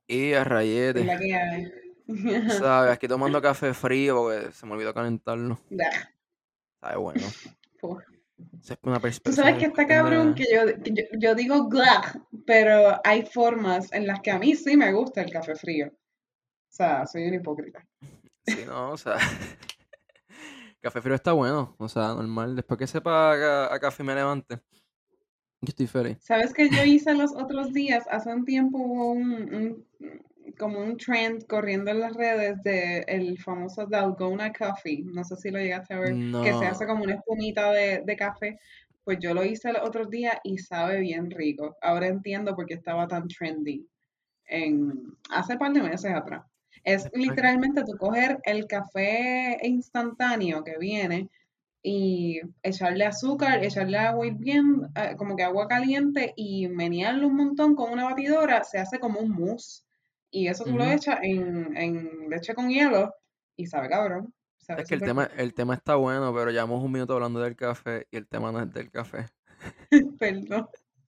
Y a Es rayete, la que hay. ¿sabes? Aquí tomando café frío porque se me olvidó calentarlo. Bah, Sabe bueno. fu. Esa es una Tú esa sabes que es está cuestión cabrón de... que yo digo glah, pero hay formas en las que a mí sí me gusta el café frío. O sea, soy un hipócrita. Sí, no, o sea... Café frío está bueno, o sea, normal. Después que sepa a café me levante, yo estoy feliz. ¿Sabes que yo hice los otros días? Hace un tiempo hubo como un trend corriendo en las redes de el famoso Dalgona Coffee. No sé si lo llegaste a ver, que se hace No, como una espumita de café. Pues yo lo hice los otros días y sabe bien rico. Ahora entiendo por qué estaba tan trendy hace un par de meses atrás. Es después... literalmente tú coger el café instantáneo que viene y echarle azúcar, echarle agua hirviendo, como que agua caliente y menearlo un montón con una batidora, se hace como un mousse. Y eso tú lo Ujú. echas en leche con hielo y sabe cabrón, sabe Es que súper rico. el tema está bueno, pero llevamos un minuto hablando del café y el tema no es del café. Perdón.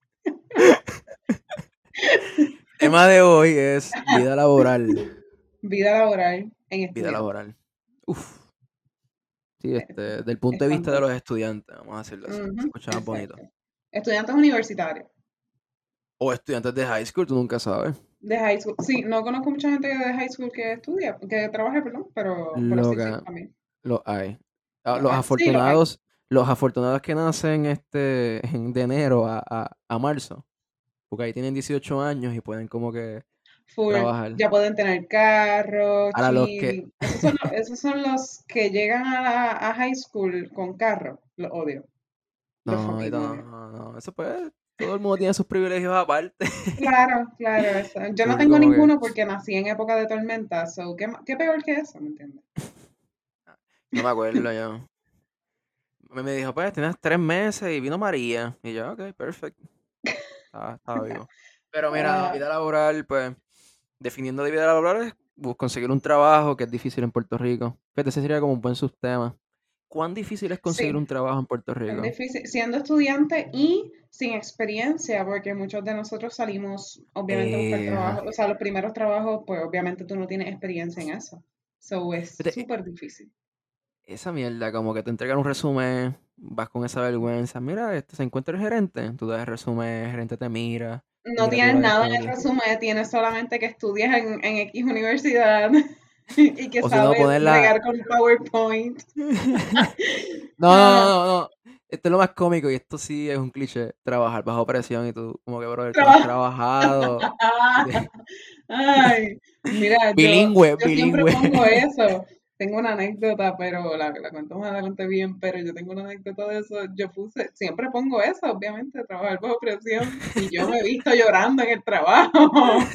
El tema de hoy es vida laboral. Vida laboral en Vida estudiante. laboral. Uf. Sí, del punto de vista de los Espantoso. estudiantes, vamos a decirlo así. Se Ujú, escucha más bonito. exacto. Estudiantes universitarios. O estudiantes de high school, tú nunca sabes. De high school. Sí, no conozco mucha gente de high school que estudia, que trabaja, perdón, pero Lo sí, sí, que también. lo hay. Los hay. Sí, los hay. Los afortunados que nacen de enero a marzo, porque ahí tienen 18 años y pueden como que Full. trabajar. Ya pueden tener carro, Ahora los que... chill. Esos son los que llegan a high school con carro. Los odio. Los No, fucking ahorita no, odio. no, no, eso pues, todo el mundo tiene sus privilegios aparte. Claro, claro. Yo no Full tengo como que... ninguno porque nací en época de tormenta. So, ¿qué peor que eso? ¿Me entiendes? No me acuerdo yo. Me dijo, pues, tienes 3 meses y vino María. Y yo, ok, perfecto. Estaba vivo. Pero mira, Ah, vida laboral, pues, definiendo de vida laboral es conseguir un trabajo que es difícil en Puerto Rico. Fíjate, ese sería como un buen subtema. ¿Cuán difícil es conseguir sí. un trabajo en Puerto Es Rico? difícil, siendo estudiante y sin experiencia, porque muchos de nosotros salimos, obviamente, a buscar Ajá. trabajo. O sea, los primeros trabajos, pues obviamente tú no tienes experiencia en eso. So es Fíjate, súper difícil. esa mierda, como que te entregan un resumen, vas con esa vergüenza. Mira, se encuentra el gerente. Tú das el resumen, el gerente te mira, No mira tu tienes hora nada en el disponible. resumen, tienes solamente que estudias en X universidad y que O si no, sabes ponerla. bregar con PowerPoint. No, no, Ah, no, no, no. Esto es lo más cómico y esto sí es un cliché. Trabajar bajo presión y tú, como que, brother, tú no has trabajo. trabajado. Y Ay, mira, bilingüe, yo siempre bilingüe. pongo eso. Tengo una anécdota, pero la cuento más adelante bien, pero yo tengo una anécdota de eso. Siempre pongo eso, obviamente, trabajar bajo presión. Y yo me he visto llorando en el trabajo.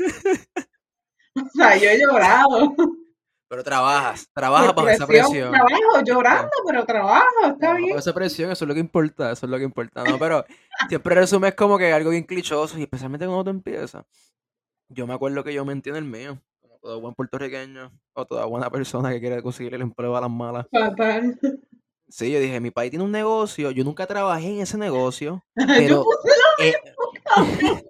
O sea, yo he llorado Pero trabajas por bajo esa presión. presión. Trabajo llorando, ¿Viste? pero trabajo, está Trabajas bien. bajo esa presión, eso es lo que importa, eso es lo que importa, ¿no? Pero siempre resumes como que algo bien clichoso y especialmente cuando tú empiezas. Yo me acuerdo que yo mentí en el mío, como todo buen puertorriqueño o toda buena persona que quiere conseguir el empleo a las malas. Fatal. Sí, yo dije, mi país tiene un negocio, yo nunca trabajé en ese negocio, Yo pero puse lo eh, mismo, cabrón.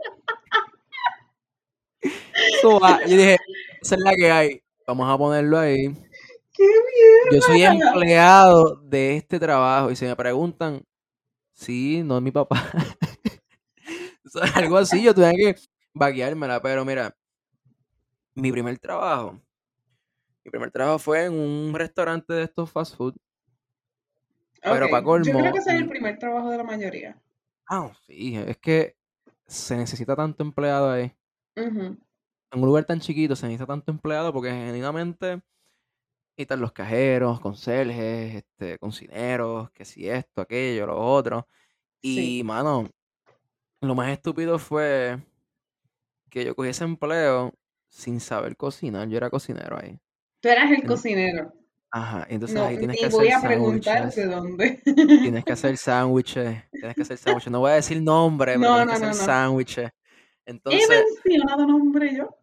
yo dije, esa es la que hay, vamos a ponerlo ahí. ¡Qué Yo soy mierda! empleado de este trabajo y si me preguntan, sí, no es mi papá. O sea, algo así, yo tenía que vagueármela, pero mira, mi primer trabajo, mi primer trabajo fue en un restaurante de estos fast food, Ok, pero para yo creo que colmo, ese es el primer trabajo de la mayoría. sí, es que se necesita tanto empleado ahí. Ujú, En un lugar tan chiquito se necesita tanto empleado porque genuinamente están los cajeros, conserjes, cocineros, que si esto, aquello, lo otro. sí. Y, mano, lo más estúpido fue que yo cogí ese empleo sin saber cocinar. Yo era cocinero ahí. Tú eras el En- cocinero. Ajá, entonces No, ahí tienes que ni hacer voy a preguntar de sándwiches. dónde. Tienes que hacer sándwiches. Tienes que hacer sándwiches. No voy a decir nombre, pero No, tienes que no, hacer no, no. sándwiches. He Entonces, mencionado nombre yo.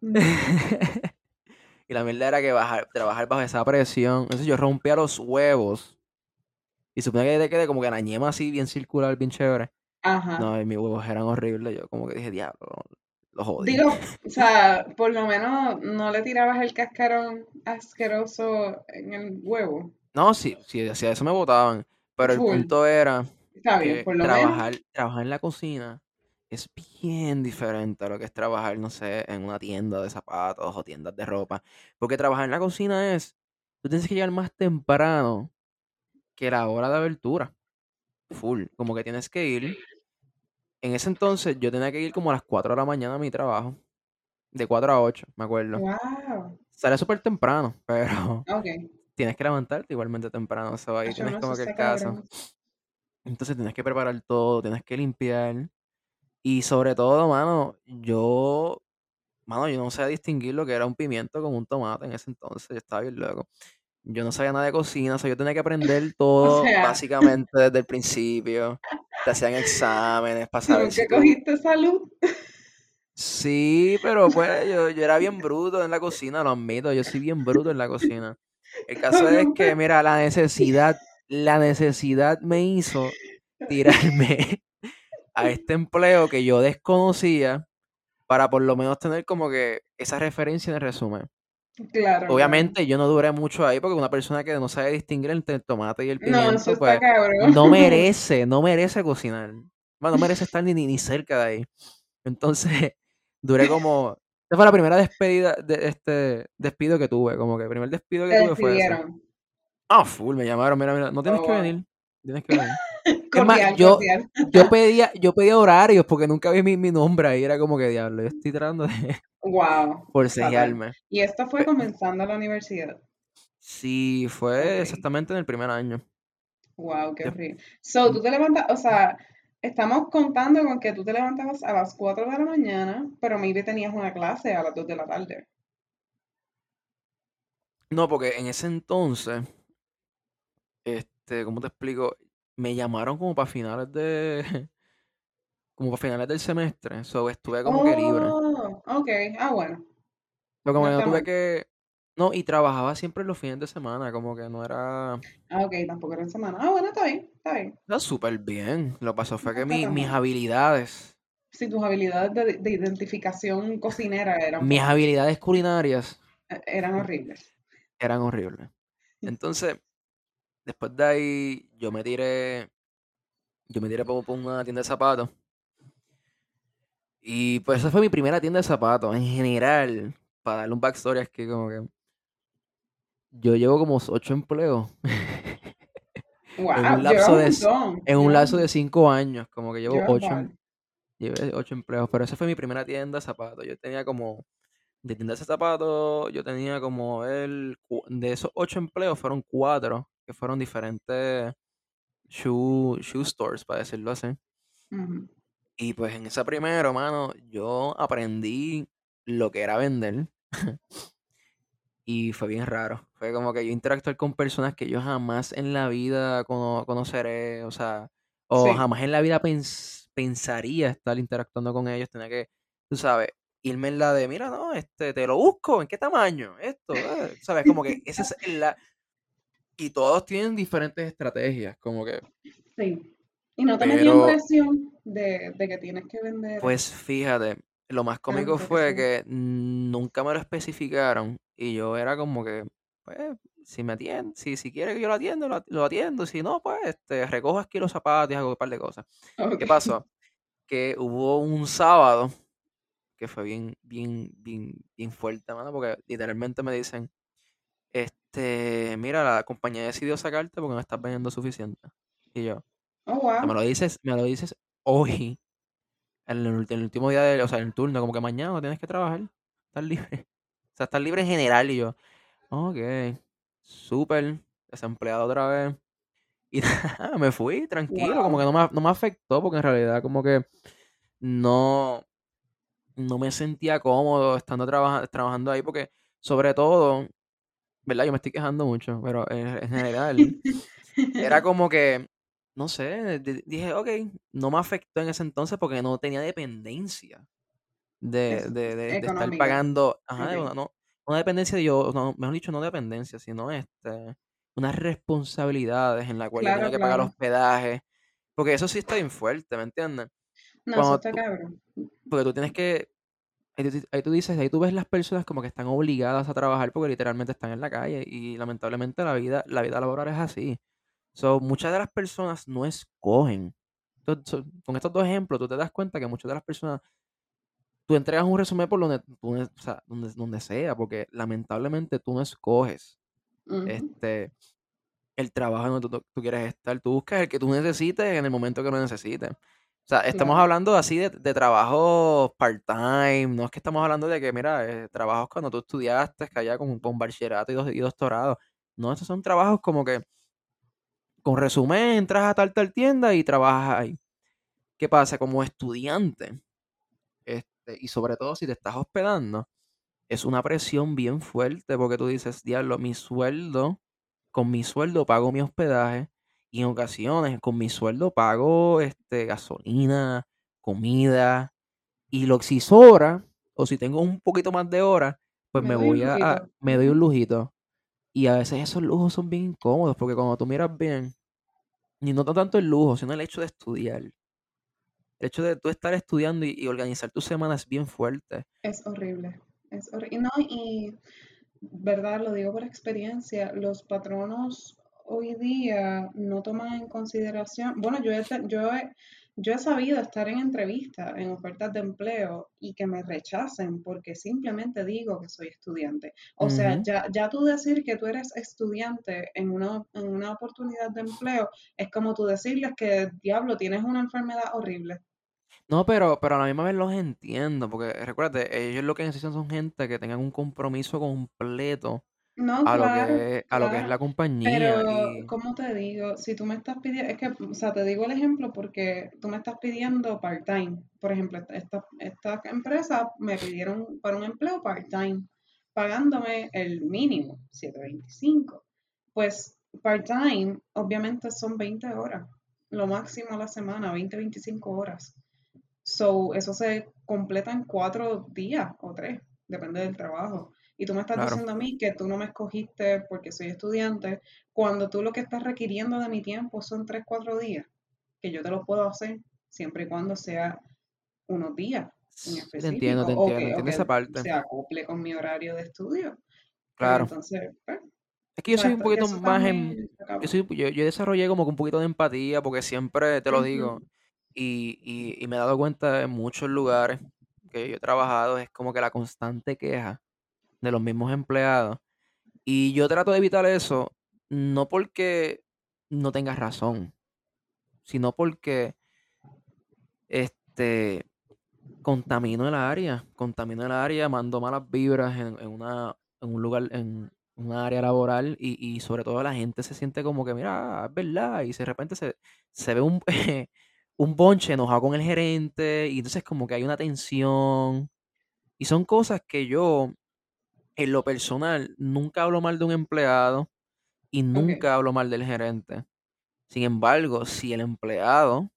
y la mierda era que trabajar bajo esa presión. Entonces yo rompía los huevos. Y supone que te quede como que la ñema así, bien circular, bien chévere. Ajá. No, y mis huevos eran horribles. Yo como que dije, diablo, lo jodí. Digo, o sea, por lo menos no le tirabas el cascarón asqueroso en el huevo. No, si hacía eso me botaban, pero el Full. punto era Está bien, que por lo menos. trabajar en la cocina es bien diferente a lo que es trabajar, no sé, en una tienda de zapatos o tiendas de ropa. Porque trabajar en la cocina es, tú tienes que llegar más temprano que la hora de abertura. Full. Como que tienes que ir. En ese entonces yo tenía que ir como a las 4 de la mañana a mi trabajo. De 4 a 8 me acuerdo. Wow. Sale súper temprano, pero Ok. tienes que levantarte igualmente temprano. So, ahí Yo tienes no, eso como que el está caso. cabrón. Entonces tienes que preparar todo, tienes que limpiar. Y sobre todo, mano, yo no sabía distinguir lo que era un pimiento con un tomate en ese entonces. Yo estaba bien loco. Yo no sabía nada de cocina, o sea, yo tenía que aprender O todo sea, básicamente desde el principio. Te hacían exámenes para tú saber nunca si tú... cogiste salud. Sí, pero pues yo era bien bruto en la cocina, lo admito, yo soy bien bruto en la cocina. El caso es que, Nunca. mira, la necesidad me hizo tirarme a este empleo que yo desconocía para por lo menos tener como que esa referencia en el resumen. Claro, claro. Obviamente yo no duré mucho ahí porque una persona que no sabe distinguir entre el tomate y el No, eso pimiento, está pues cabrón. no merece cocinar. Bueno, no merece estar ni cerca de ahí. Entonces, duré como... Esta fue la primera despedida de despido que tuve, como que el primer despido Te que tuve fue ese. despidieron. Ah, full, me llamaron, mira, no tienes Oh, que wow. venir, tienes que venir. Es más, Cordial, cordial. yo pedía horarios porque nunca vi mi nombre ahí, era como que diablo, yo estoy tratando de Wow, fatal. forcejearme. Y esto fue Pe- comenzando la universidad. Sí, fue Ok. exactamente en el primer año. Wow, qué De- horrible. So, tú te levantas, o sea, estamos contando con que tú te levantabas a las 4 de la mañana, pero maybe tenías una clase a las 2 de la tarde. No, porque en ese entonces, ¿cómo te explico? Me llamaron como para finales como para finales del semestre, so estuve como que libre. Oh, ok. Ah, bueno, Pero como no que no está tuve mal. que, no, y trabajaba siempre los fines de semana, como que no era, Ah, ok, tampoco era en semana. Ah, bueno, está bien, está bien. era súper bien. Lo que pasó fue No que está tan mis mal. habilidades, Si tus habilidades de identificación cocinera eran mis fatal, habilidades culinarias eran horribles. eran horribles. Entonces, después de ahí, yo me tiré por una tienda de zapatos. Y pues esa fue mi primera tienda de zapatos. En general, para darle un backstory, es que como que yo llevo como 8 empleos en Wow, un lapso lleva un de montón, 5 años. Como que lleva par. llevé 8 empleos. Pero esa fue mi primera tienda de zapatos. Yo tenía como, de tiendas de zapatos, yo tenía como de esos 8 empleos fueron 4 que fueron diferentes shoe stores, para decirlo así. Ujú. Y pues en esa primera, mano, yo aprendí lo que era vender. Y fue bien raro. Fue como que yo interactuar con personas que yo jamás en la vida conoceré, o sea, o Sí, jamás en la vida pensaría estar interactuando con ellos. Tenía que, tú sabes, irme en la de, mira, no, te lo busco, ¿en qué tamaño? Esto, ¿sabes? Como que esa es la... Y todos tienen diferentes estrategias, como que, sí. ¿Y no te metían pero, presión de que tienes que vender pues fíjate, lo más cómico tanto, qué fue sé yo? que nunca me lo especificaron y yo era como que, pues, si me atiende, si quiere que yo lo atienda, lo atiendo, si no, pues, recojo aquí los zapatos y hago un par de cosas. Ok. ¿Qué pasó? Que hubo un sábado que fue bien fuerte, mano, porque literalmente me dicen, mira, la compañía decidió sacarte porque no estás vendiendo suficiente. Y yo, o Oh, sea, wow. me lo dices hoy. En el último día o sea, en el turno, como que mañana no tienes que trabajar, estás libre. O sea, estás libre en general. Y yo, ok, súper, desempleado otra vez. Y nada, me fui tranquilo, como que Wow. no me afectó, porque en realidad como que no, no me sentía cómodo estando trabajando ahí, porque sobre todo, ¿verdad? Yo me estoy quejando mucho, pero en general, era como que, no sé, dije, ok, no me afectó en ese entonces porque no tenía dependencia Es de estar económica. pagando, ajá, Ok. una dependencia de yo, no, mejor dicho, no dependencia, sino unas responsabilidades en la cual yo tenía Claro, que pagar claro. hospedaje, porque eso sí está bien fuerte, ¿me entiendes? No, eso Cuando está cabrón. porque tú tienes que, ahí tú dices, ahí tú ves las personas como que están obligadas a trabajar porque literalmente están en la calle y lamentablemente la vida laboral es así. So, muchas de las personas no escogen. Con estos dos ejemplos, tú te das cuenta que muchas de las personas, tú entregas un resumen por donde, o sea, donde sea, porque lamentablemente tú no escoges Ujú, este, el trabajo en donde tú quieres estar. Tú buscas el que tú necesites en el momento que lo necesites. O sea, estamos claro. hablando así de trabajos part-time, no es que estamos hablando de que, mira, trabajos cuando tú estudiaste, que allá con bachillerato y doctorado. No, estos son trabajos como que con resumen entras a tal tienda y trabajas ahí. ¿Qué pasa? Como estudiante, y sobre todo si te estás hospedando, es una presión bien fuerte porque tú dices, diablo, con mi sueldo pago mi hospedaje y en ocasiones con mi sueldo pago gasolina, comida y lo si sobra o si tengo un poquito más de horas, pues Me doy un me doy un lujito. Y a veces esos lujos son bien incómodos porque cuando tú miras bien, ni no tanto el lujo, sino el hecho de estudiar. El hecho de tú estar estudiando y organizar tu semana es bien fuerte. Es horrible. Es horrible. No, y verdad, lo digo por experiencia, los patronos hoy día no toman en consideración, bueno, yo he sabido estar en entrevistas, en ofertas de empleo y que me rechacen porque simplemente digo que soy estudiante. O sea, Ujú. ya tú decir que tú eres estudiante en una oportunidad de empleo es como tú decirles que, diablo, tienes una enfermedad horrible. No, pero a la misma vez los entiendo, porque recuérdate, ellos lo que necesitan son gente que tengan un compromiso completo No, claro, a lo que es claro. la compañía. Pero, Y ¿cómo te digo? Si tú me estás pidiendo, es que, o sea, te digo el ejemplo porque tú me estás pidiendo part-time. Por ejemplo, esta empresa me pidieron para un empleo part-time, pagándome el mínimo, 7.25. Pues part-time, obviamente son 20 horas, lo máximo a la semana, 20 25 horas. So, eso se completa en 4 días o 3, depende del trabajo. Y tú me estás claro, diciendo a mí que tú no me escogiste porque soy estudiante, cuando tú lo que estás requiriendo de mi tiempo son 3 4 días, que yo te lo puedo hacer siempre y cuando sea unos días en sí, específico, o entiendo que esa parte, se acople con mi horario de estudio. Pero claro. entonces, pues, Es que o yo sea, soy un poquito eso más también está cabrón. yo desarrollé como que un poquito de empatía, porque siempre te lo digo, Ujú, y me he dado cuenta en muchos lugares que yo he trabajado, es como que la constante queja de los mismos empleados. Y yo trato de evitar eso, no porque no tengas razón, sino porque este contamino el área, mando malas vibras en un lugar, en una área laboral, y sobre todo la gente se siente como que, mira, es verdad, y de repente se ve un, un bonche enojado con el gerente, y entonces como que hay una tensión, y son cosas que yo, en lo personal, nunca hablo mal de un empleado y ok, nunca hablo mal del gerente. Sin embargo, si el empleado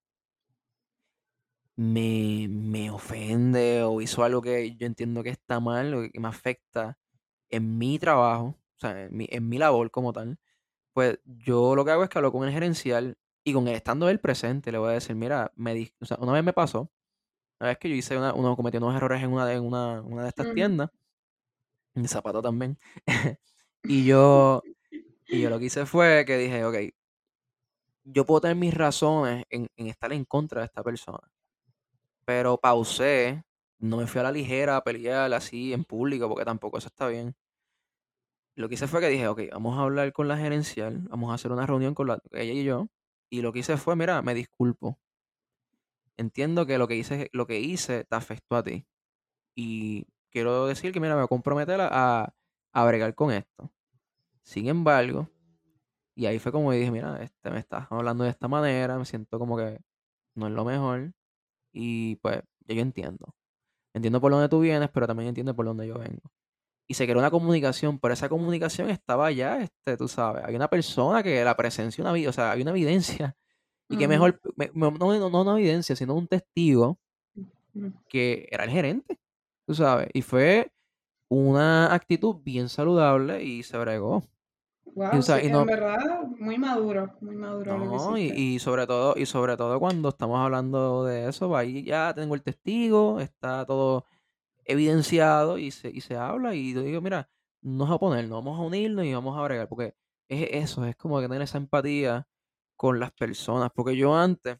me ofende o hizo algo que yo entiendo que está mal o que me afecta en mi trabajo, o sea, en mi labor como tal, pues yo lo que hago es que hablo con el gerencial y con él, estando él presente, le voy a decir, mira, o sea, una vez me pasó, una vez que yo cometí unos errores una de estas ujú, tiendas, en zapato también, y yo, y yo lo que hice fue que dije, ok, yo puedo tener mis razones en estar en contra de esta persona. Pero pausé, no me fui a la ligera a pelear así en público, porque tampoco eso está bien. Lo que hice fue que dije, ok, vamos a hablar con la gerencial, vamos a hacer una reunión con ella y yo. Y lo que hice fue, mira, me disculpo. Entiendo que lo que hice te afectó a ti. Y quiero decir que, mira, me voy a comprometer a bregar con esto. Sin embargo, y ahí fue como dije, mira, me estás hablando de esta manera, me siento como que no es lo mejor. Y pues, ya yo entiendo. Entiendo por dónde tú vienes, pero también entiendo por dónde yo vengo. Y se creó una comunicación, pero esa comunicación estaba ya, tú sabes, hay una persona que la presencia, o sea, hay una evidencia. Y que ujú, mejor, no una evidencia, sino un testigo ujú. que era el gerente, tú sabes. Y fue una actitud bien saludable y se bregó. Y, o Wow, sí, sea, y en no, verdad, muy maduro lo que no, hiciste. y sobre todo cuando estamos hablando de eso, ahí ya tengo el testigo, está todo evidenciado y se habla y yo digo, mira, no es a oponer, no vamos a unirnos y vamos a bregar, porque es eso, es como que tener esa empatía con las personas, porque yo antes,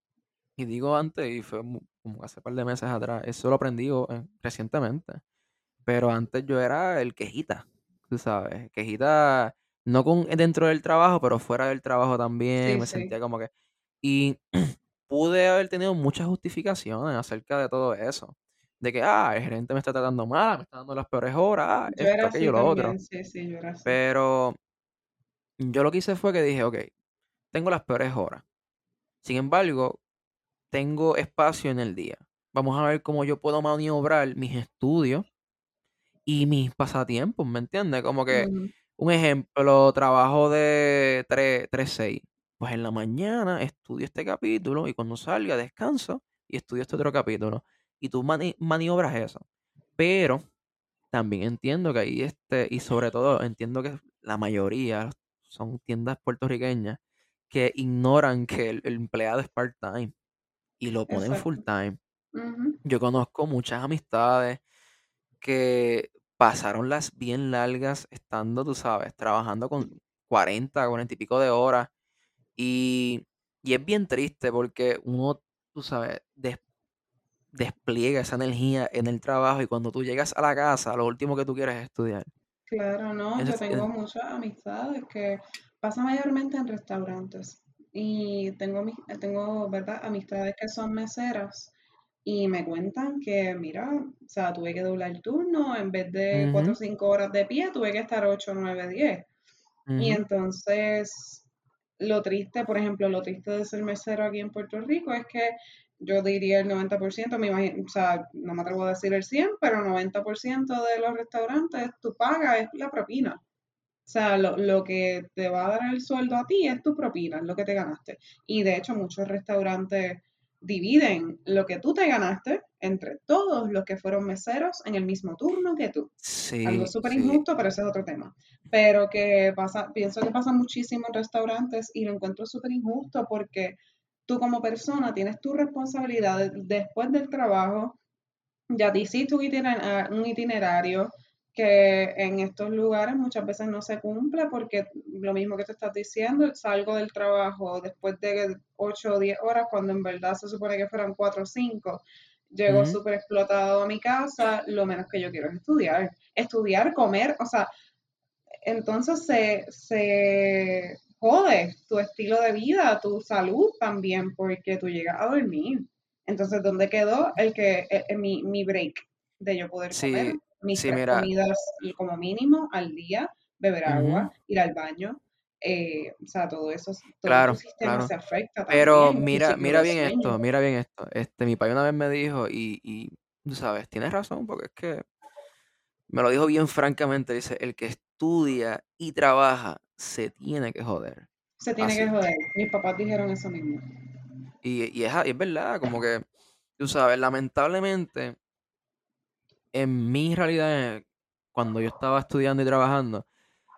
y digo antes, y fue como hace un par de meses atrás, eso lo aprendí recientemente, pero antes yo era el quejita, tú sabes, quejita no dentro del trabajo, pero fuera del trabajo también, Sí, me sí, sentía como que... Y pude haber tenido muchas justificaciones acerca de todo eso. De que, el gerente me está tratando mal, me está dando las peores horas, yo esto, era así aquello, lo otro. también, sí, sí, yo era así. Pero yo lo que hice fue que dije, ok, tengo las peores horas. Sin embargo, tengo espacio en el día. Vamos a ver cómo yo puedo maniobrar mis estudios y mis pasatiempos, ¿me entiendes? Como que, Ujú, un ejemplo, trabajo de 3 6. Pues en la mañana estudio este capítulo y cuando salga descanso y estudio este otro capítulo. Y tú maniobras eso. Pero también entiendo que ahí y sobre todo entiendo que la mayoría son tiendas puertorriqueñas que ignoran que el empleado es part-time y lo ponen exacto. full-time. Ujú, Yo conozco muchas amistades que pasaron las bien largas estando, tú sabes, trabajando con 40 y pico de horas. Y, y es bien triste porque uno, tú sabes, despliega esa energía en el trabajo y cuando tú llegas a la casa, lo último que tú quieres es estudiar. claro, no, yo Entonces, tengo muchas amistades que pasan mayormente en restaurantes y tengo, ¿verdad? Amistades que son meseras y me cuentan que, mira, o sea, tuve que doblar el turno, en vez de 4 o ujú, 5 horas de pie, tuve que estar 8, 9, 10. Y ujú, entonces, lo triste, por ejemplo, lo triste de ser mesero aquí en Puerto Rico es que yo diría el 90%, me imagino, o sea, no me atrevo a decir el 100, pero 90% de los restaurantes, tu paga es la propina. O sea, lo que te va a dar el sueldo a ti es tu propina, es lo que te ganaste. Y de hecho, muchos restaurantes dividen lo que tú te ganaste entre todos los que fueron meseros en el mismo turno que tú. Algo sí, súper sí, injusto, pero ese es otro tema. Pero que pasa, pienso que pasa muchísimo en restaurantes y lo encuentro súper injusto porque tú como persona tienes tu responsabilidad después del trabajo, ya te hiciste un itinerario que en estos lugares muchas veces no se cumple porque lo mismo que te estás diciendo, salgo del trabajo después de 8 o 10 horas cuando en verdad se supone que fueran 4 o 5. Llego ujú, súper explotado a mi casa, lo menos que yo quiero es estudiar. Estudiar, comer, o sea, entonces se jode tu estilo de vida, tu salud también, porque tú llegas a dormir. Entonces, ¿dónde quedó mi break de yo poder comer sí, mis sí, 3 mira, comidas como mínimo al día, beber ujú, agua, ir al baño? O sea, todo eso, todo tu claro, sistema claro. se afecta Pero también, tu ciclo mira de bien sueño. esto, mira bien esto. Mi padre una vez me dijo, y tú sabes, tienes razón, porque es que me lo dijo bien francamente, dice, el que estudia y trabaja se tiene que joder. Se tiene que Así. joder. Mis papás dijeron eso mismo. Y es verdad, como que, tú sabes, lamentablemente, en mi realidad, cuando yo estaba estudiando y trabajando,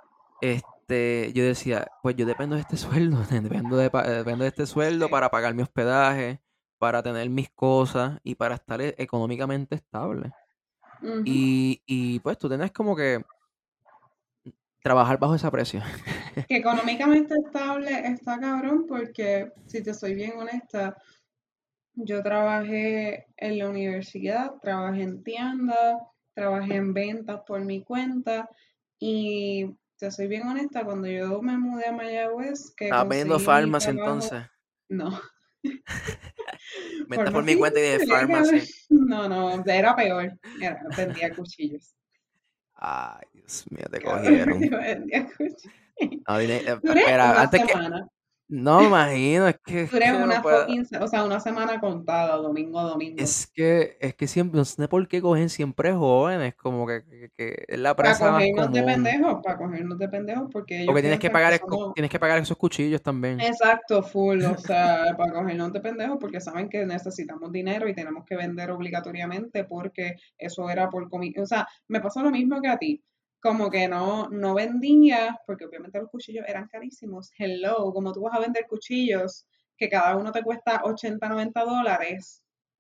yo decía, pues yo dependo de este sueldo, dependo de este sueldo Sí. para pagar mi hospedaje, para tener mis cosas y para estar económicamente estable. Ujú. Y pues tú tienes como que trabajar bajo esa presión. Que económicamente estable está cabrón porque, si te soy bien honesta, yo trabajé en la universidad, trabajé en tiendas, trabajé en ventas por mi cuenta y te soy bien honesta, cuando yo me mudé a Mayagüez, que Estaba vendiendo conseguí mi farmacia trabajo, entonces. no, Metas por mi farmacia, cuenta y de cabrón. farmacia. No, no, era peor, vendía cuchillos, Ay, Dios mío, te cabrón, cogieron. yo vendía cuchillos. No, Duré espera, una antes que... semana. No me imagino, es Duré que no una puedo. fucking, o sea, una semana contada, domingo a domingo. Es que siempre, no sé por qué cogen siempre jóvenes, como que es la presa más común. Para cogernos de pendejos, porque ellos Porque piensan que somos, tienes que pagar esos cuchillos también. exacto, full, o sea, para cogernos de pendejos, porque saben que necesitamos dinero y tenemos que vender obligatoriamente, porque eso era por comida. O sea, me pasó lo mismo que a ti. Como que no vendía, porque obviamente los cuchillos eran carísimos. Hello, como tú vas a vender cuchillos, que cada uno te cuesta $80, $90.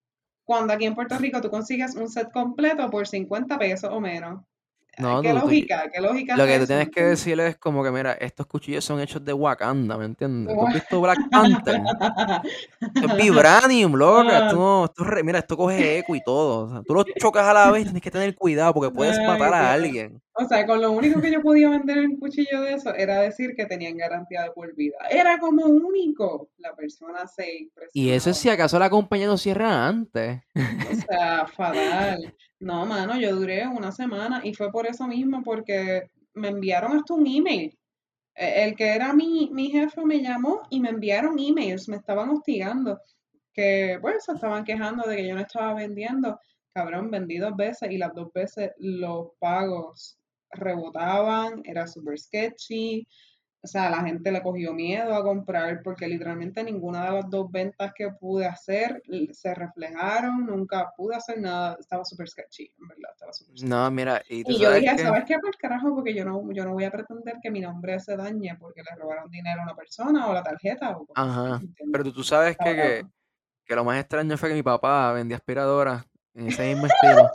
cuando aquí en Puerto Rico tú consigues un set completo por 50 pesos o menos. No, ¿Qué lógica? ¿Qué lógica lo que es tú eso? ¿Me tienes que entiendes? decirle es como que, mira, estos cuchillos son hechos de Wakanda, ¿me entiendes? ¿Tú has visto Black Panther? Esto es vibranium, loca. Esto Ah, no, mira, esto coge eco y todo. O sea, tú lo chocas a la vez, tienes que tener cuidado porque puedes ay, matar a Dios. alguien. O sea, con lo único que yo podía vender un cuchillo de eso era decir que tenían garantía de por vida. Era como único. La persona se Y eso es impresionaba. si acaso la compañía no cierra antes. O sea, fatal. No, mano, yo duré una semana y fue por eso mismo, porque me enviaron hasta un email. El que era mi jefe me llamó y me enviaron emails, me estaban hostigando, que pues se estaban quejando de que yo no estaba vendiendo. Cabrón, vendí 2 veces y las 2 veces los pagos rebotaban, era súper sketchy. O sea, la gente le cogió miedo a comprar porque literalmente ninguna de las 2 ventas que pude hacer se reflejaron, nunca pude hacer nada, estaba súper sketchy, en verdad, estaba súper No, sketchy. mira, y tú Y yo sabes dije, que, ¿sabes qué? Por carajo, porque yo no voy a pretender que mi nombre se dañe porque le robaron dinero a una persona o la tarjeta o cosas así, ajá, ¿entiendes? pero tú sabes Estaba cabrón. que lo más extraño fue que mi papá vendía aspiradoras en ese mismo estilo.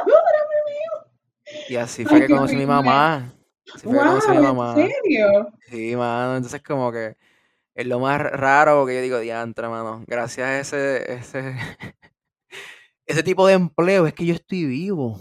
Y así fue Ay, que qué conocí a mi horrible. mamá. Así fue que conocí a mi Wow, ¿en mamá. serio? Sí, mano, entonces como que es lo más raro que yo digo, diantre, mano. Gracias a ese tipo de empleo es que yo estoy vivo.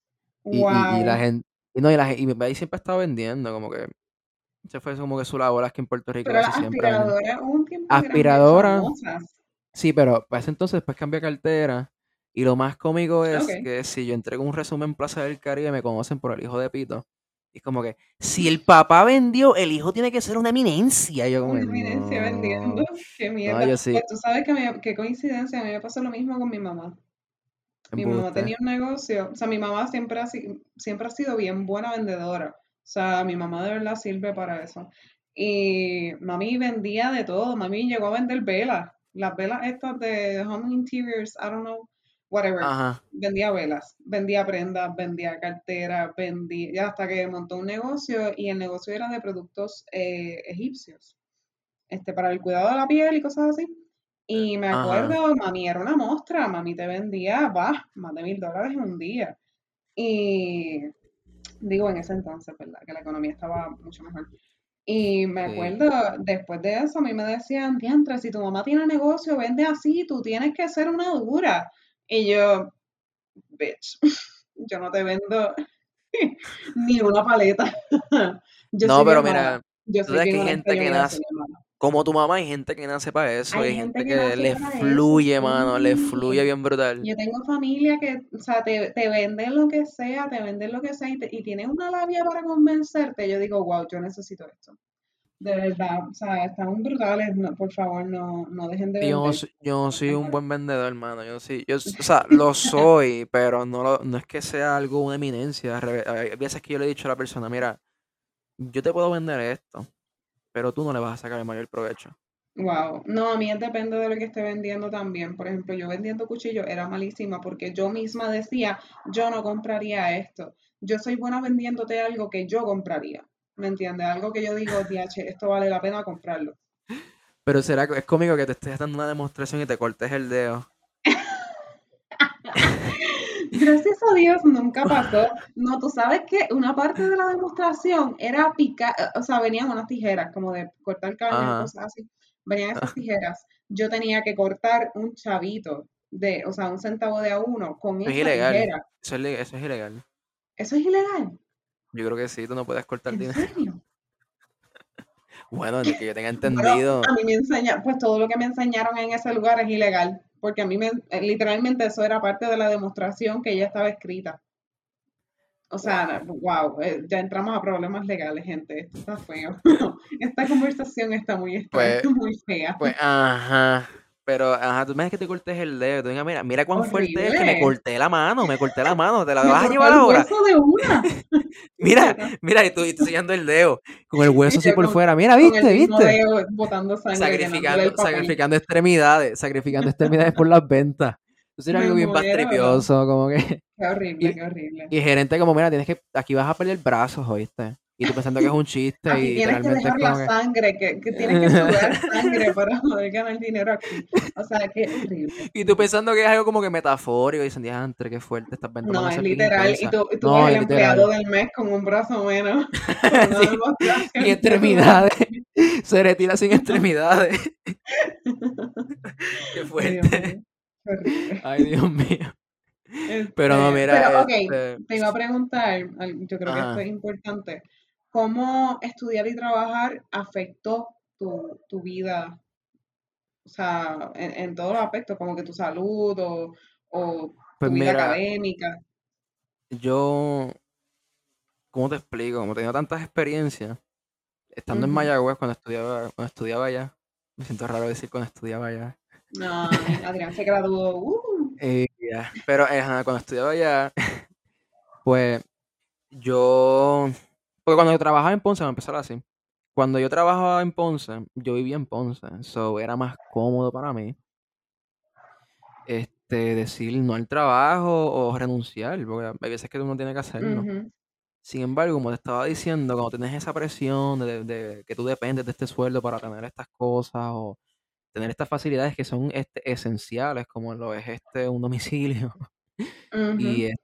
Y la Wow. gente, y no, y mi país siempre ha estado vendiendo, como que ese fue como que su labor aquí en Puerto Rico Pero casi las siempre vendiendo. aspiradoras hubo un tiempo que eran bien Aspiradora, famosas. sí, pero para ese entonces después cambié cartera. Y lo más cómico Ok. es que si yo entrego un resumen en Plaza del Caribe, me conocen por el hijo de Pito. Y es como que, si el papá vendió, el hijo tiene que ser una eminencia. Y yo como Una que, eminencia vendiendo. no. Qué No, mierda. yo Pues sí, tú sabes que qué coincidencia, a mí me pasó lo mismo con mi mamá. Mi mamá embuste. tenía un negocio, o sea, mi mamá siempre ha sido bien buena vendedora. O sea, mi mamá de verdad sirve para eso. Y mami vendía de todo. Mami llegó a vender velas. Las velas estas de Home Interiors, I don't know, whatever. Ajá, Vendía velas, vendía prendas, vendía carteras, vendía, hasta que montó un negocio y el negocio era de productos egipcios, para el cuidado de la piel y cosas así. Y me ajá. acuerdo, mami era una mostra, mami te vendía, más de $1000 en un día. Y digo, en ese entonces, ¿verdad? Que la economía estaba mucho mejor. Y me Sí. acuerdo, después de eso, a mí me decían, diantre, si tu mamá tiene negocio, vende así, tú tienes que ser una dura. Y yo, bitch, yo no te vendo ni una paleta. Yo soy No, pero bien mala. mira, Yo tú soy sabes bien que hay honesta, gente yo que voy a ser nace, bien mala. como tu mamá, hay gente que nace para eso, y Hay hay gente gente que que nace le para eso, fluye, mano, le fluye sí. bien brutal. Yo tengo familia que, o sea, te venden lo que sea, te venden lo que sea y tienes una labia para convencerte. Yo digo, wow, yo necesito esto. De verdad, o sea, están brutales. No, por favor, no dejen de Y vender. yo no Por soy un favor. buen vendedor, hermano. Yo sí, o sea, lo soy, pero no es que sea algo una eminencia. Hay veces que yo le he dicho a la persona, mira, yo te puedo vender esto, pero tú no le vas a sacar el mayor provecho. Wow, no, a mí depende de lo que esté vendiendo también. Por ejemplo, yo vendiendo cuchillos era malísima porque yo misma decía, yo no compraría esto. Yo soy buena vendiéndote algo que yo compraría. ¿Me entiendes? Algo que yo digo, DH, esto vale la pena comprarlo. Pero es cómico que te estés dando una demostración y te cortes el dedo. Gracias a Dios nunca pasó. No, tú sabes que una parte de la demostración era picar, o sea, venían unas tijeras como de cortar carne o Ajá. cosas así. Venían esas tijeras. Yo tenía que cortar un chavito o sea, un centavo de a uno con Eso es esa ilegal. tijera. Eso es ilegal. ¿Eso es ilegal? Yo creo que sí, tú no puedes cortar ¿En dinero. serio? Bueno, de que yo tenga Bueno, entendido. a mí me enseña, pues todo lo que me enseñaron en ese lugar es ilegal, porque a mí literalmente eso era parte de la demostración que ya estaba escrita. O sea, Wow. wow, ya entramos a problemas legales, gente. Esto está feo. Esta conversación está muy extraña, Pues, muy fea. ajá. Pero, ajá, tú me dices que te cortes el dedo. Tú digas, mira cuán fuerte es que Horrible. me corté la mano, ¿te la Me vas a cortó llevar el ahora? hueso de una. Mira, Puñeta. y tú enseñando el dedo, con el Y hueso así yo por fuera. Mira, con el mismo ¿viste? dedo botando sangre, llenándole el papel. Sacrificando extremidades por las ventas. Eso sería Me algo bien muero. pastripioso, como que. Qué horrible, Y, qué horrible. y gerente como, mira, aquí vas a perder brazos, ¿oíste? Y tú pensando que es un chiste Aquí y tienes que literalmente es dejar la como que... sangre, que tienes que sudar sangre para poder ganar dinero aquí. O sea, qué horrible, Y tú horrible. pensando que es algo como que metafórico y dicen, diantre, qué fuerte, estas ventas van No, a es ser bien literal. Y intensas. tú ves No, el es empleado literal. del mes con un brazo menos, con una Sí, sin demostración de su extremidades. Se retira sin extremidades. Qué Ay, Dios fuerte. mío, qué horrible. Ay, Dios mío. Pero no, Pero, mira, ok, te iba a preguntar, yo creo que esto es ajá. importante, ¿cómo estudiar y trabajar afectó tu vida? O sea, en todos los aspectos, como que tu salud o Pues tu vida mira, académica. yo, ¿cómo te explico? Como he tenido tantas experiencias, estando en Ujú. Mayagüez cuando estudiaba allá, me siento raro decir cuando estudiaba allá. No, Adrián se graduó. Ya. Pero ajá, cuando estudiaba allá, pues yo, porque cuando yo trabajaba en Ponce, me empezó así. Cuando yo trabajaba en Ponce, yo vivía en Ponce, so era más cómodo para mí decir no al trabajo o renunciar, porque hay veces que uno tiene que hacerlo. Ujú, Sin embargo, como te estaba diciendo, cuando tienes esa presión de que tú dependes de este sueldo para tener estas cosas o tener estas facilidades que son esenciales, como lo es un domicilio y ujú,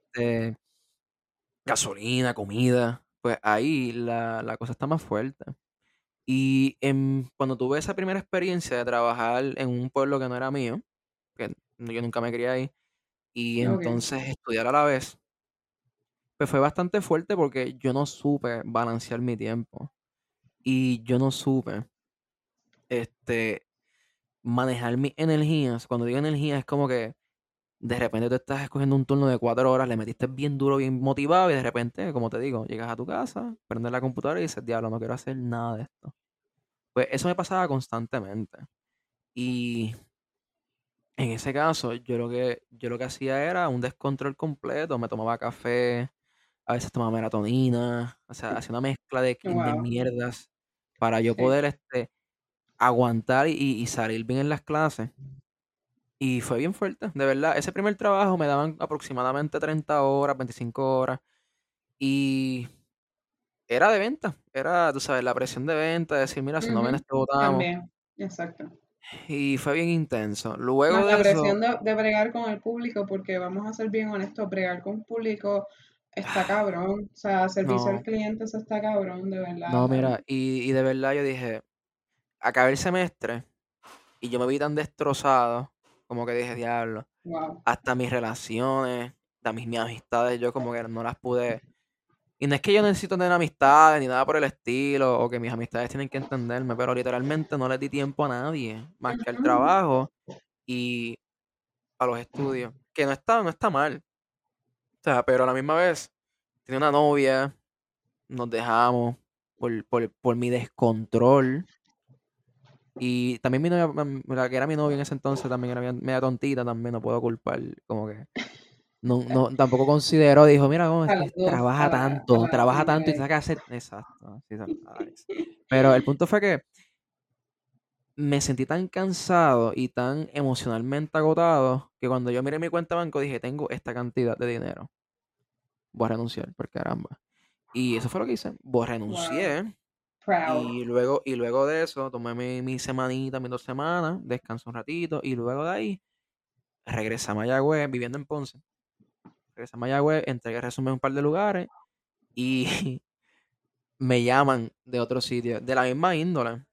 gasolina, comida, pues ahí la cosa está más fuerte. Y cuando tuve esa primera experiencia de trabajar en un pueblo que no era mío, que yo nunca me crié ahí, y ok. entonces estudiar a la vez, pues fue bastante fuerte porque yo no supe balancear mi tiempo y yo no supe este, manejar mis energías. Cuando digo energía es como que de repente tú estás escogiendo un turno de 4 horas, le metiste bien duro, bien motivado y de repente, como te digo, llegas a tu casa, prendes la computadora y dices, diablo, no quiero hacer nada de esto. Pues eso me pasaba constantemente. Y en ese caso, yo lo que hacía era un descontrol completo. Me tomaba café, a veces tomaba melatonina, o sea, hacía una mezcla de Wow, mierdas para yo sí. poder aguantar y salir bien en las clases. Y fue bien fuerte, de verdad. Ese primer trabajo me daban aproximadamente 30 horas, 25 horas. Y era de venta. Era, tú sabes, la presión de venta, decir, mira, si no ven Ujú, esto, votamos. también, exacto. Y fue bien intenso. Más Luego la de eso, presión de bregar con el público, porque vamos a ser bien honestos, bregar con público está cabrón. O sea, servicio al no, cliente, eso está cabrón, de verdad. no, mira, y de verdad yo dije, acabé el semestre y yo me vi tan destrozado, como que dije, diablo, Wow. hasta mis relaciones, hasta mis amistades, yo como que no las pude. Y no es que yo necesito tener amistades ni nada por el estilo, o que mis amistades tienen que entenderme, pero literalmente no les di tiempo a nadie, más que al Ujú, trabajo y a los estudios. Que no está mal. O sea, pero a la misma vez, tenía una novia, nos dejamos por mi descontrol. Y también mi novia, la que era mi novia en ese entonces, también era media tontita, también no puedo culpar, como que no, no, tampoco consideró, dijo, mira, cómo es que saludos a trabaja la novia tanto y de tiene que hacer, exacto, sí, a Alex. Pero el punto fue que me sentí tan cansado y tan emocionalmente agotado que cuando yo miré mi cuenta de banco dije, tengo esta cantidad de dinero, voy a renunciar, por caramba. Y eso fue lo que hice, Wow, renuncié. proud. Y luego de eso, tomé mi semanita, mis 2 semanas, descansé un ratito y luego de ahí regresé a Mayagüez, viviendo en Ponce. Regresé a Mayagüez, entregué resumen en un par de lugares y me llaman de otro sitio, de la misma índole,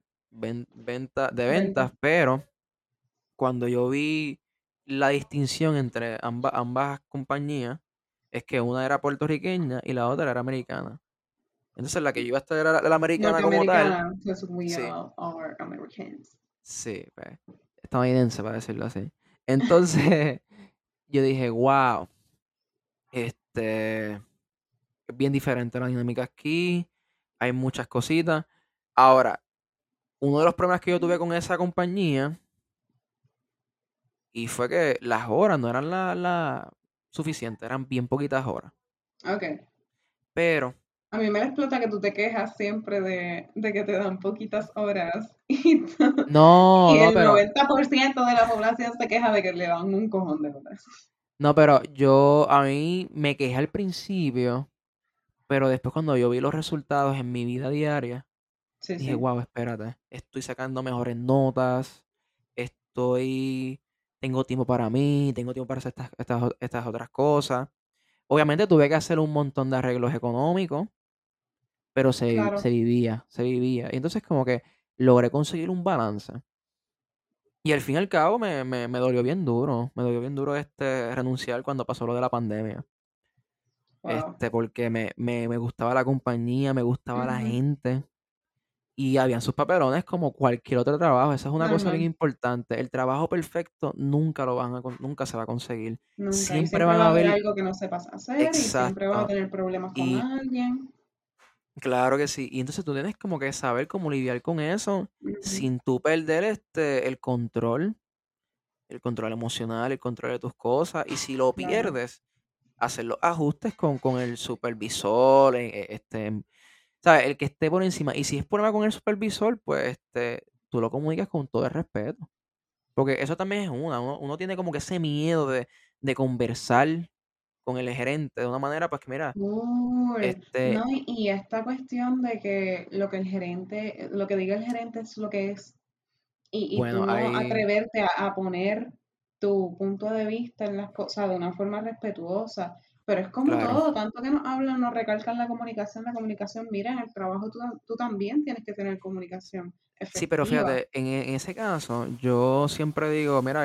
de Venta. ventas, pero cuando yo vi la distinción entre ambas compañías, es que una era puertorriqueña y la otra era americana. Entonces la que yo iba a estar era la americana como tal. Norteamericana, because we Sí, all are Americans. sí, pues, estadounidense, para decirlo así. Entonces, yo dije, wow, es bien diferente la dinámica aquí, hay muchas cositas. Ahora, uno de los problemas que yo tuve con esa compañía, y fue que las horas no eran la suficientes, eran bien poquitas horas. Ok. Pero, A mí me explota que tú te quejas siempre de que te dan poquitas horas y, no, y no, el pero, 90% de la población se queja de que le dan un cojón de horas. no, pero a mí me quejé al principio, Pero después cuando yo vi los resultados en mi vida diaria, Sí, dije, sí, wow, espérate, estoy sacando mejores notas, estoy, tengo tiempo para mí, tengo tiempo para hacer estas otras cosas. Obviamente tuve que hacer un montón de arreglos económicos, pero se claro. vivía, se vivía. Y entonces como que logré conseguir un balance. Y al fin y al cabo me dolió bien duro, me dolió bien duro renunciar cuando pasó lo de la pandemia. Wow. Porque me gustaba la compañía, me gustaba la Ujú. gente. Y habían sus papelones como cualquier otro trabajo. Esa es una cosa bien Normal. importante. El trabajo perfecto nunca nunca se va a conseguir. Nunca. Y Siempre siempre van va a a haber haber, algo que no sepas hacer y siempre vas a exacto. tener problemas con Y alguien. claro que sí. Y entonces tú tienes como que saber cómo lidiar con eso Ujú. sin tú perder el control emocional, el control de tus cosas. Y si lo Claro. pierdes, hacer los ajustes con el supervisor, ¿sabes? El que esté por encima. Y si es problema con el supervisor, pues tú lo comunicas con todo el respeto. Porque eso también es uno tiene como que ese miedo de conversar con el gerente de una manera, pues que mira, No, y esta cuestión de que lo que el gerente, lo que diga el gerente es lo que es, y tú bueno, no hay, atreverte a poner tu punto de vista en las cosas de una forma respetuosa. Pero es como claro. todo, tanto que nos hablan, nos recalcan la comunicación, mira, en el trabajo tú también tienes que tener comunicación Sí, pero efectiva. fíjate, en ese caso, yo siempre digo, mira,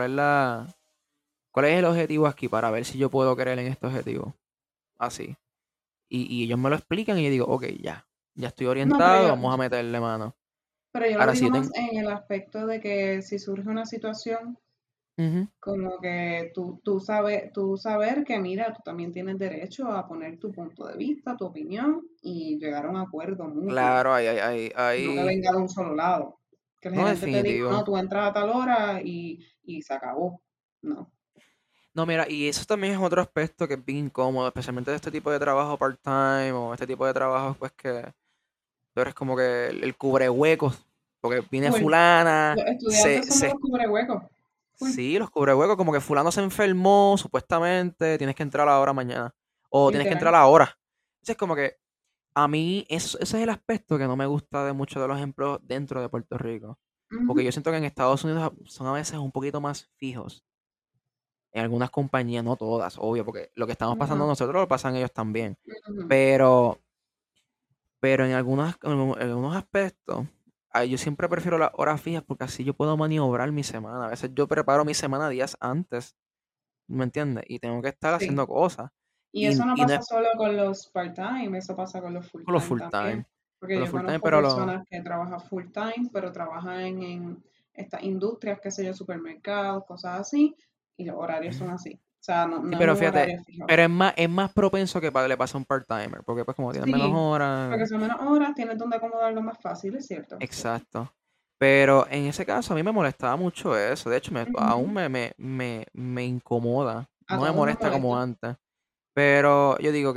¿cuál es el objetivo aquí para ver si yo puedo creer en este objetivo? Así. Y ellos me lo explican y yo digo, ok, ya estoy No, orientado, vamos a meterle mano. pero yo lo Ahora sí, digo yo más tengo, en el aspecto de que si surge una situación ujú, como que tú saber que, mira, tú también tienes derecho a poner tu punto de vista, tu opinión y llegar a un acuerdo mutuo, claro, no que venga de un solo lado. Que el no gerente te diga, definitivo. no, tú entras a tal hora y se acabó. No. No, mira, y eso también es otro aspecto que es bien incómodo, especialmente de este tipo de trabajo part-time o este tipo de trabajos, pues que tú eres como que el cubrehuecos, porque viene Full. fulana, Los estudiantes son de los cubrehuecos. Full. sí, los cubrehuecos, como que fulano se enfermó, supuestamente, tienes que entrar ahora mañana, o tienes que Literal. entrar ahora. Entonces, como que a mí ese es el aspecto que no me gusta de muchos de los empleos dentro de Puerto Rico, porque Ujú, yo siento que en Estados Unidos son a veces un poquito más fijos. En algunas compañías, no todas, obvio, porque lo que estamos pasando ajá, nosotros lo pasan ellos también. ujú. Pero, pero en algunos aspectos, yo siempre prefiero las horas fijas porque así yo puedo maniobrar mi semana. A veces yo preparo mi semana días antes, ¿me entiendes? Y tengo que estar Sí. haciendo cosas. Y eso no Y no es pasa solo con los part-time, eso pasa con los con los full-time full time. también. Porque Con los yo full time, conozco pero lo. personas que trabajan full-time, pero trabajan en estas industrias, qué sé yo, supermercados, cosas así, y los horarios son así. O sea, no, Sí, no es pero un fíjate, horario fijo. pero es más propenso que le pase a un part-timer, porque pues como tienen menos Sí, horas. porque son menos horas, tienes donde acomodarlo más fácil, es cierto. Exacto. Pero en ese caso a mí me molestaba mucho eso. De hecho, aún Ujú. me incomoda. A No me todos nos molesta como molesta. antes. Pero yo digo, ok,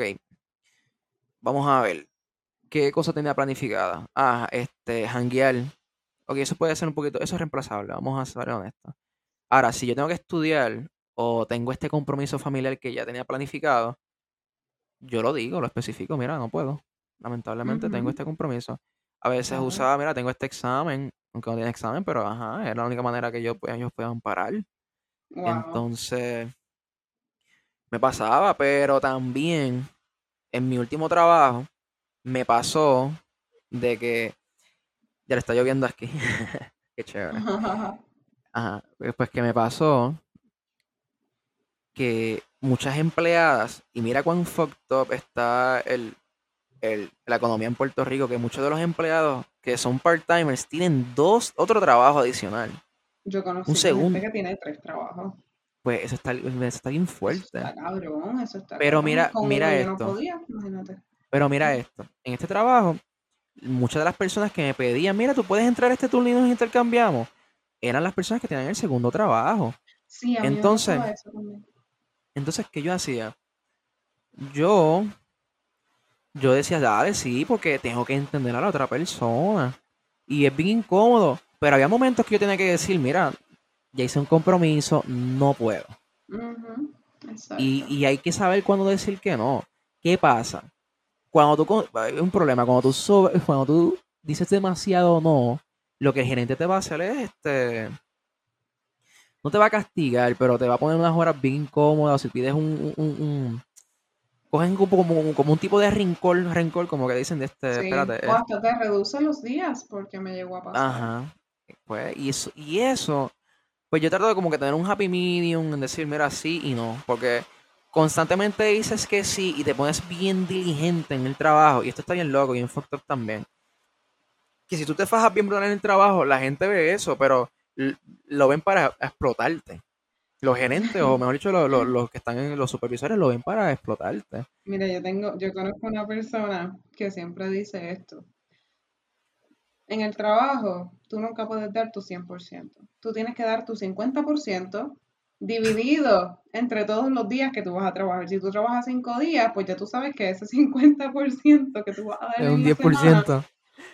vamos a ver. ¿Qué cosa tenía planificada? Ah, janguear. Ok, eso puede ser un poquito, eso es reemplazable, vamos a ser honestos. Ahora, si yo tengo que estudiar o tengo este compromiso familiar que ya tenía planificado, yo lo digo, lo especifico, mira, no puedo. Lamentablemente tengo Ujú, este compromiso. A veces claro. usaba, mira, tengo este examen, aunque no tiene examen, pero ajá, era la única manera que ellos puedan parar. Wow. Entonces, me pasaba, pero también en mi último trabajo me pasó de que ya le está lloviendo aquí. Qué chévere. Ajá, pues que me pasó que muchas empleadas, y mira cuán fucked up está la economía en Puerto Rico, que muchos de los empleados que son part-timers tienen otro trabajo adicional. Yo Un conocí gente segundo. que tiene 3 trabajos. Pues eso está bien Eso fuerte. está cabrón, eso está Pero cabrón. mira, Con uno mira yo no esto. podía, imagínate. Pero mira esto. En este trabajo, muchas de las personas que me pedían, mira, tú puedes entrar a este turno y nos intercambiamos, eran las personas que tenían el segundo trabajo. Sí, a mí me Entonces, pasaba eso también. ¿qué yo hacía? Yo, yo decía, dale, sí, porque tengo que entender a la otra persona. Y es bien incómodo. Pero había momentos que yo tenía que decir, mira, ya hice un compromiso, no puedo. Ujú, Y, exacto. y hay que saber cuándo decir que no. ¿Qué pasa? cuando hay un problema, cuando tú dices demasiado no, lo que el gerente te va a hacer es no te va a castigar, pero te va a poner unas horas bien incómodas. Si pides cogen como un tipo de rencor, como que dicen Sí, espérate, o hasta te reduce los días porque me llegó a pasar. ajá, pues, y eso, pues yo trato de como que tener un happy medium, en decir, mira, sí y no, porque constantemente dices que sí y te pones bien diligente en el trabajo, y esto está bien loco y en factor también, que si tú te fajas bien brutal en el trabajo, la gente ve eso, pero lo ven para explotarte. Los gerentes, o mejor dicho, los que están en los supervisores, lo ven para explotarte. Mira, yo conozco una persona que siempre dice esto. En el trabajo, tú nunca puedes dar tu 100%. Tú tienes que dar tu 50% dividido entre todos los días que tú vas a trabajar. Si tú trabajas 5 días, pues ya tú sabes que ese 50% que tú vas a dar Es un en la diez por semana ciento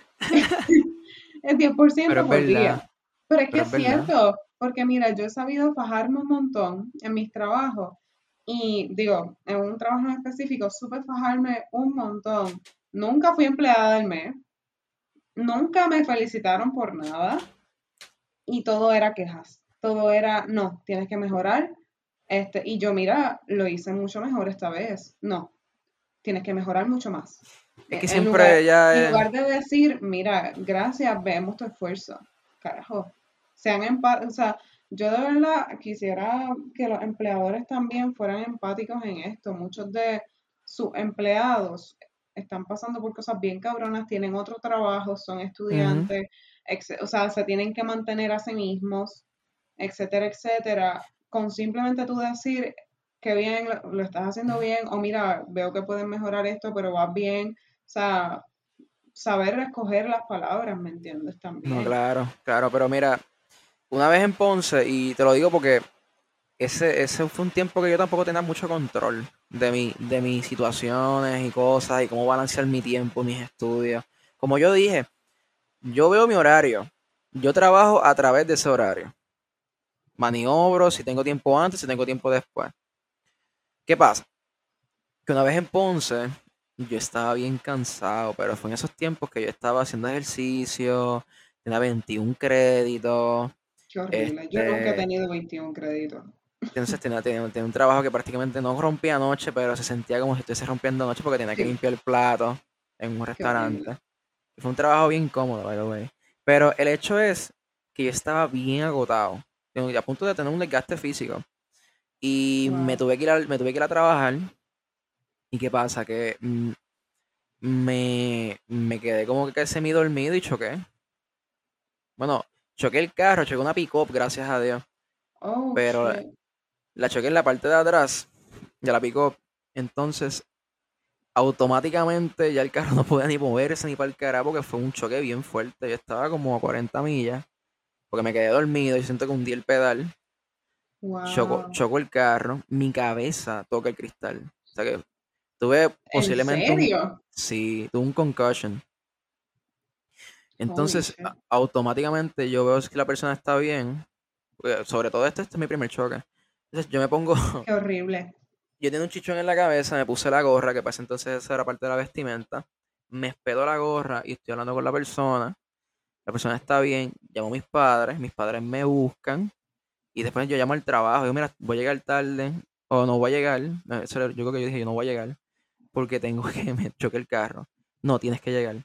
es diez por pero ciento es por día. verdad, Pero es que pero es es verdad. cierto, porque mira, yo he sabido fajarme un montón en mis trabajos y digo, en un trabajo en específico, supe fajarme un montón. Nunca fui empleada del mes, nunca me felicitaron por nada y todo era quejas. Todo era, no, tienes que mejorar. Y yo, mira, lo hice mucho mejor esta vez. No, tienes que mejorar mucho más. Es que En lugar, siempre ya en es... lugar de decir, mira, gracias, vemos tu esfuerzo. Carajo. O sea, yo de verdad quisiera que los empleadores también fueran empáticos en esto. Muchos de sus empleados están pasando por cosas bien cabronas, tienen otro trabajo, son Ujú. estudiantes, o sea, se tienen que mantener a sí mismos, etcétera, etcétera. Con simplemente tú decir, qué bien, lo estás haciendo bien, o mira, veo que pueden mejorar esto, pero vas bien. O sea, saber escoger las palabras, ¿me entiendes? No, También. claro, claro, pero mira, una vez en Ponce, y te lo digo porque ese fue un tiempo que yo tampoco tenía mucho control de mis situaciones y cosas y cómo balancear mi tiempo, mis estudios. Como yo dije, yo veo mi horario, yo trabajo a través de ese horario. Maniobro si tengo tiempo antes, si tengo tiempo después. ¿Qué pasa? Que una vez en Ponce, yo estaba bien cansado, pero fue en esos tiempos que yo estaba haciendo ejercicio, tenía 21 créditos, Qué horrible. Yo nunca he este, tenido 21 créditos. entonces tenía un trabajo que prácticamente no rompía noche, pero se sentía como si estuviese rompiendo noche porque tenía que Sí, limpiar el plato en un qué horrible. restaurante. Y fue un trabajo bien cómodo, by the way. Pero el hecho es que yo estaba bien agotado, a punto de tener un desgaste físico. Y Wow. me tuve que ir a trabajar. ¿Y qué pasa? Que me quedé como que semi dormido y choqué. Bueno, choqué el carro, choqué una pick-up, gracias a Dios. Oh, Pero shit. la choqué en la parte de atrás de la pick-up. Entonces, automáticamente ya el carro no podía ni moverse ni para el carajo porque fue un choque bien fuerte. Yo estaba como a 40 millas porque me quedé dormido y siento que hundí el pedal. Wow. Choco el carro, mi cabeza toca el cristal. O sea que tuve ¿En posiblemente serio? sí, tuve un concussion. Holy Entonces, shit. automáticamente yo veo que la persona está bien. Porque sobre todo este es mi primer choque. Entonces yo me pongo, Qué horrible. yo tenía un chichón en la cabeza, me puse la gorra, que para ese entonces esa era parte de la vestimenta. Me espedo la gorra y estoy hablando con la persona. La persona está bien, llamo a mis padres me buscan y después yo llamo al trabajo. Yo, mira, voy a llegar tarde o no voy a llegar. Yo creo que yo dije, yo no voy a llegar porque tengo que me choque el carro. No, tienes que llegar.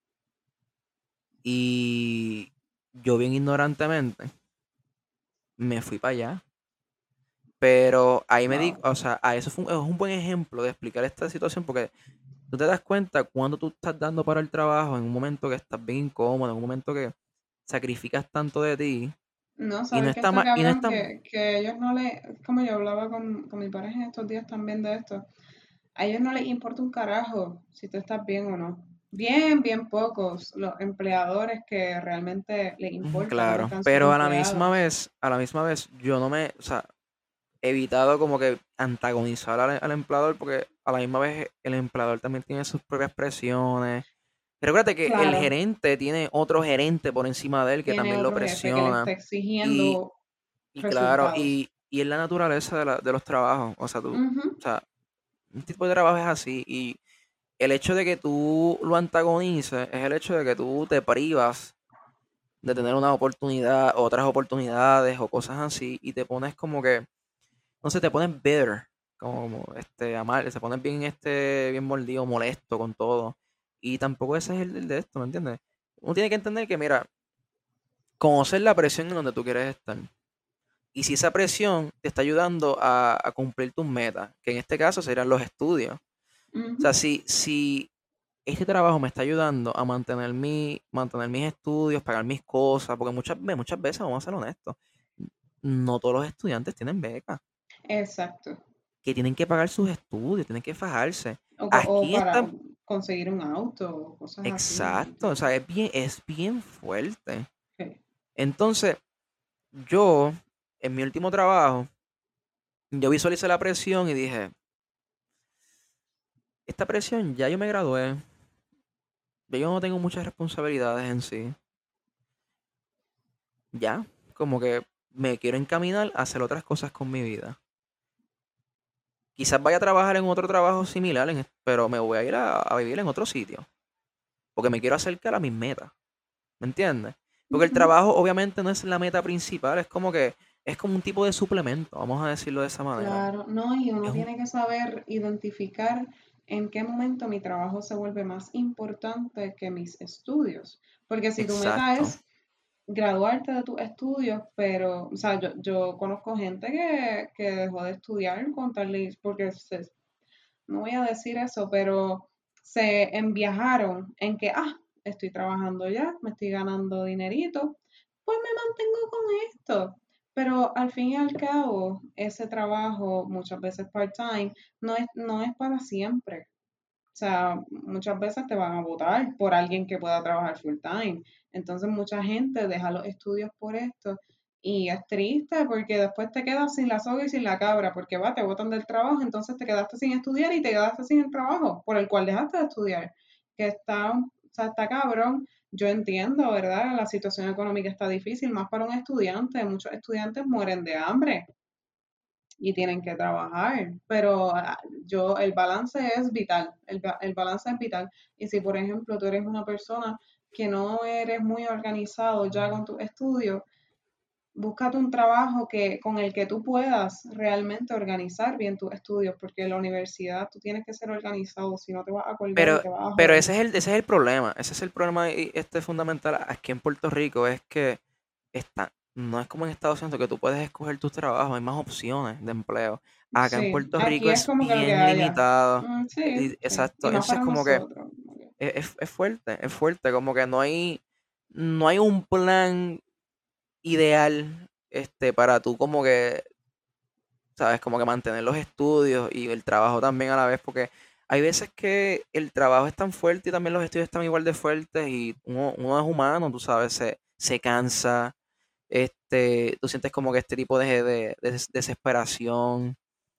Y yo bien ignorantemente me fui para allá. Pero ahí me di, Wow. o sea, a eso es un buen ejemplo de explicar esta situación porque tú te das cuenta cuando tú estás dando para el trabajo en un momento que estás bien incómodo, en un momento que sacrificas tanto de ti No, y no sabes que está está mal, y no cabrón está, que ellos no le, como yo hablaba con mi pareja en estos días también de esto, a ellos no les importa un carajo si tú estás bien o no. Bien, bien pocos los empleadores que realmente les importa cómo claro, están sus pero empleados. a la misma vez, yo no me, o sea, he evitado como que antagonizar al empleador porque a la misma vez el empleador también tiene sus propias presiones. Recuerda que el Claro, gerente tiene otro gerente por encima de él que tiene también lo otro jefe que le presiona. está Y, exigiendo y claro, resultados. y es la naturaleza de los trabajos. O sea, Ujú. o sea, un tipo de trabajo es así. el hecho de que tú lo antagonices es el hecho de que tú te privas de tener una oportunidad, otras oportunidades o cosas así, y te pones como que, no sé, te pones bitter, como amar, se pones bien bien mordido, molesto con todo. Y tampoco ese es el de esto, ¿me entiendes? Uno tiene que entender que, mira, conocer la presión en donde tú quieres estar. Y si esa presión te está ayudando a cumplir tus metas, que en este caso serían los estudios. O sea, Ujú. si este trabajo me está ayudando a mantener mis estudios, pagar mis cosas, porque muchas veces, vamos a ser honestos, no todos los estudiantes tienen becas, Exacto. que tienen que pagar sus estudios, tienen que fajarse. O Aquí para están, conseguir un auto o cosas así, exacto, o ¿entiendes? sea, es bien fuerte. Sí. Entonces, yo, en mi último trabajo, yo visualicé la presión y dije, esta presión ya yo me gradué, ya yo no tengo muchas responsabilidades en sí, ya, como que me quiero encaminar a hacer otras cosas con mi vida. Quizás vaya a trabajar en otro trabajo similar, pero me voy a ir a vivir en otro sitio, porque me quiero acercar a mis metas, ¿me entiendes? Porque el Ujú. trabajo obviamente no es la meta principal, es como un tipo de suplemento, vamos a decirlo de esa manera. Claro, no, y uno Es un, tiene que saber identificar en qué momento mi trabajo se vuelve más importante que mis estudios. Porque si tu meta exacto, es graduarte de tus estudios, pero, o sea, yo conozco gente que dejó de estudiar con tal de, porque no voy a decir eso, pero se enviajaron en que, estoy trabajando ya, me estoy ganando dinerito, pues me mantengo con esto. Pero al fin y al cabo, ese trabajo, muchas veces part-time, no es para siempre. O sea, muchas veces te van a votar por alguien que pueda trabajar full time. Entonces mucha gente deja los estudios por esto y es triste porque después te quedas sin la soga y sin la cabra porque te botan del trabajo, entonces te quedaste sin estudiar y te quedaste sin el trabajo por el cual dejaste de estudiar. Que está, o sea, está cabrón. Yo entiendo, ¿verdad? La situación económica está difícil, más para un estudiante. Muchos estudiantes mueren de hambre y tienen que trabajar, pero el balance es vital, el balance es vital. Y si, por ejemplo, tú eres una persona que no eres muy organizado ya con tus estudios, búscate un trabajo con el que tú puedas realmente organizar bien tus estudios, porque en la universidad tú tienes que ser organizado, si no te vas a colgar y pero, te vas a pero joder. ese es el problema, ese es el problema fundamental aquí en Puerto Rico, es que no es como en Estados Unidos que tú puedes escoger tus trabajos, hay más opciones de empleo. Acá en Sí, Puerto Rico aquí es es como que lo que bien haya. limitado. Sí, sí, Exacto. y más Entonces para como que nosotros. es fuerte, como que no hay un plan ideal para tú como que, sabes, como que mantener los estudios y el trabajo también a la vez, porque hay veces que el trabajo es tan fuerte y también los estudios están igual de fuertes y uno es humano, tú sabes, se cansa, tú sientes como que este tipo de desesperación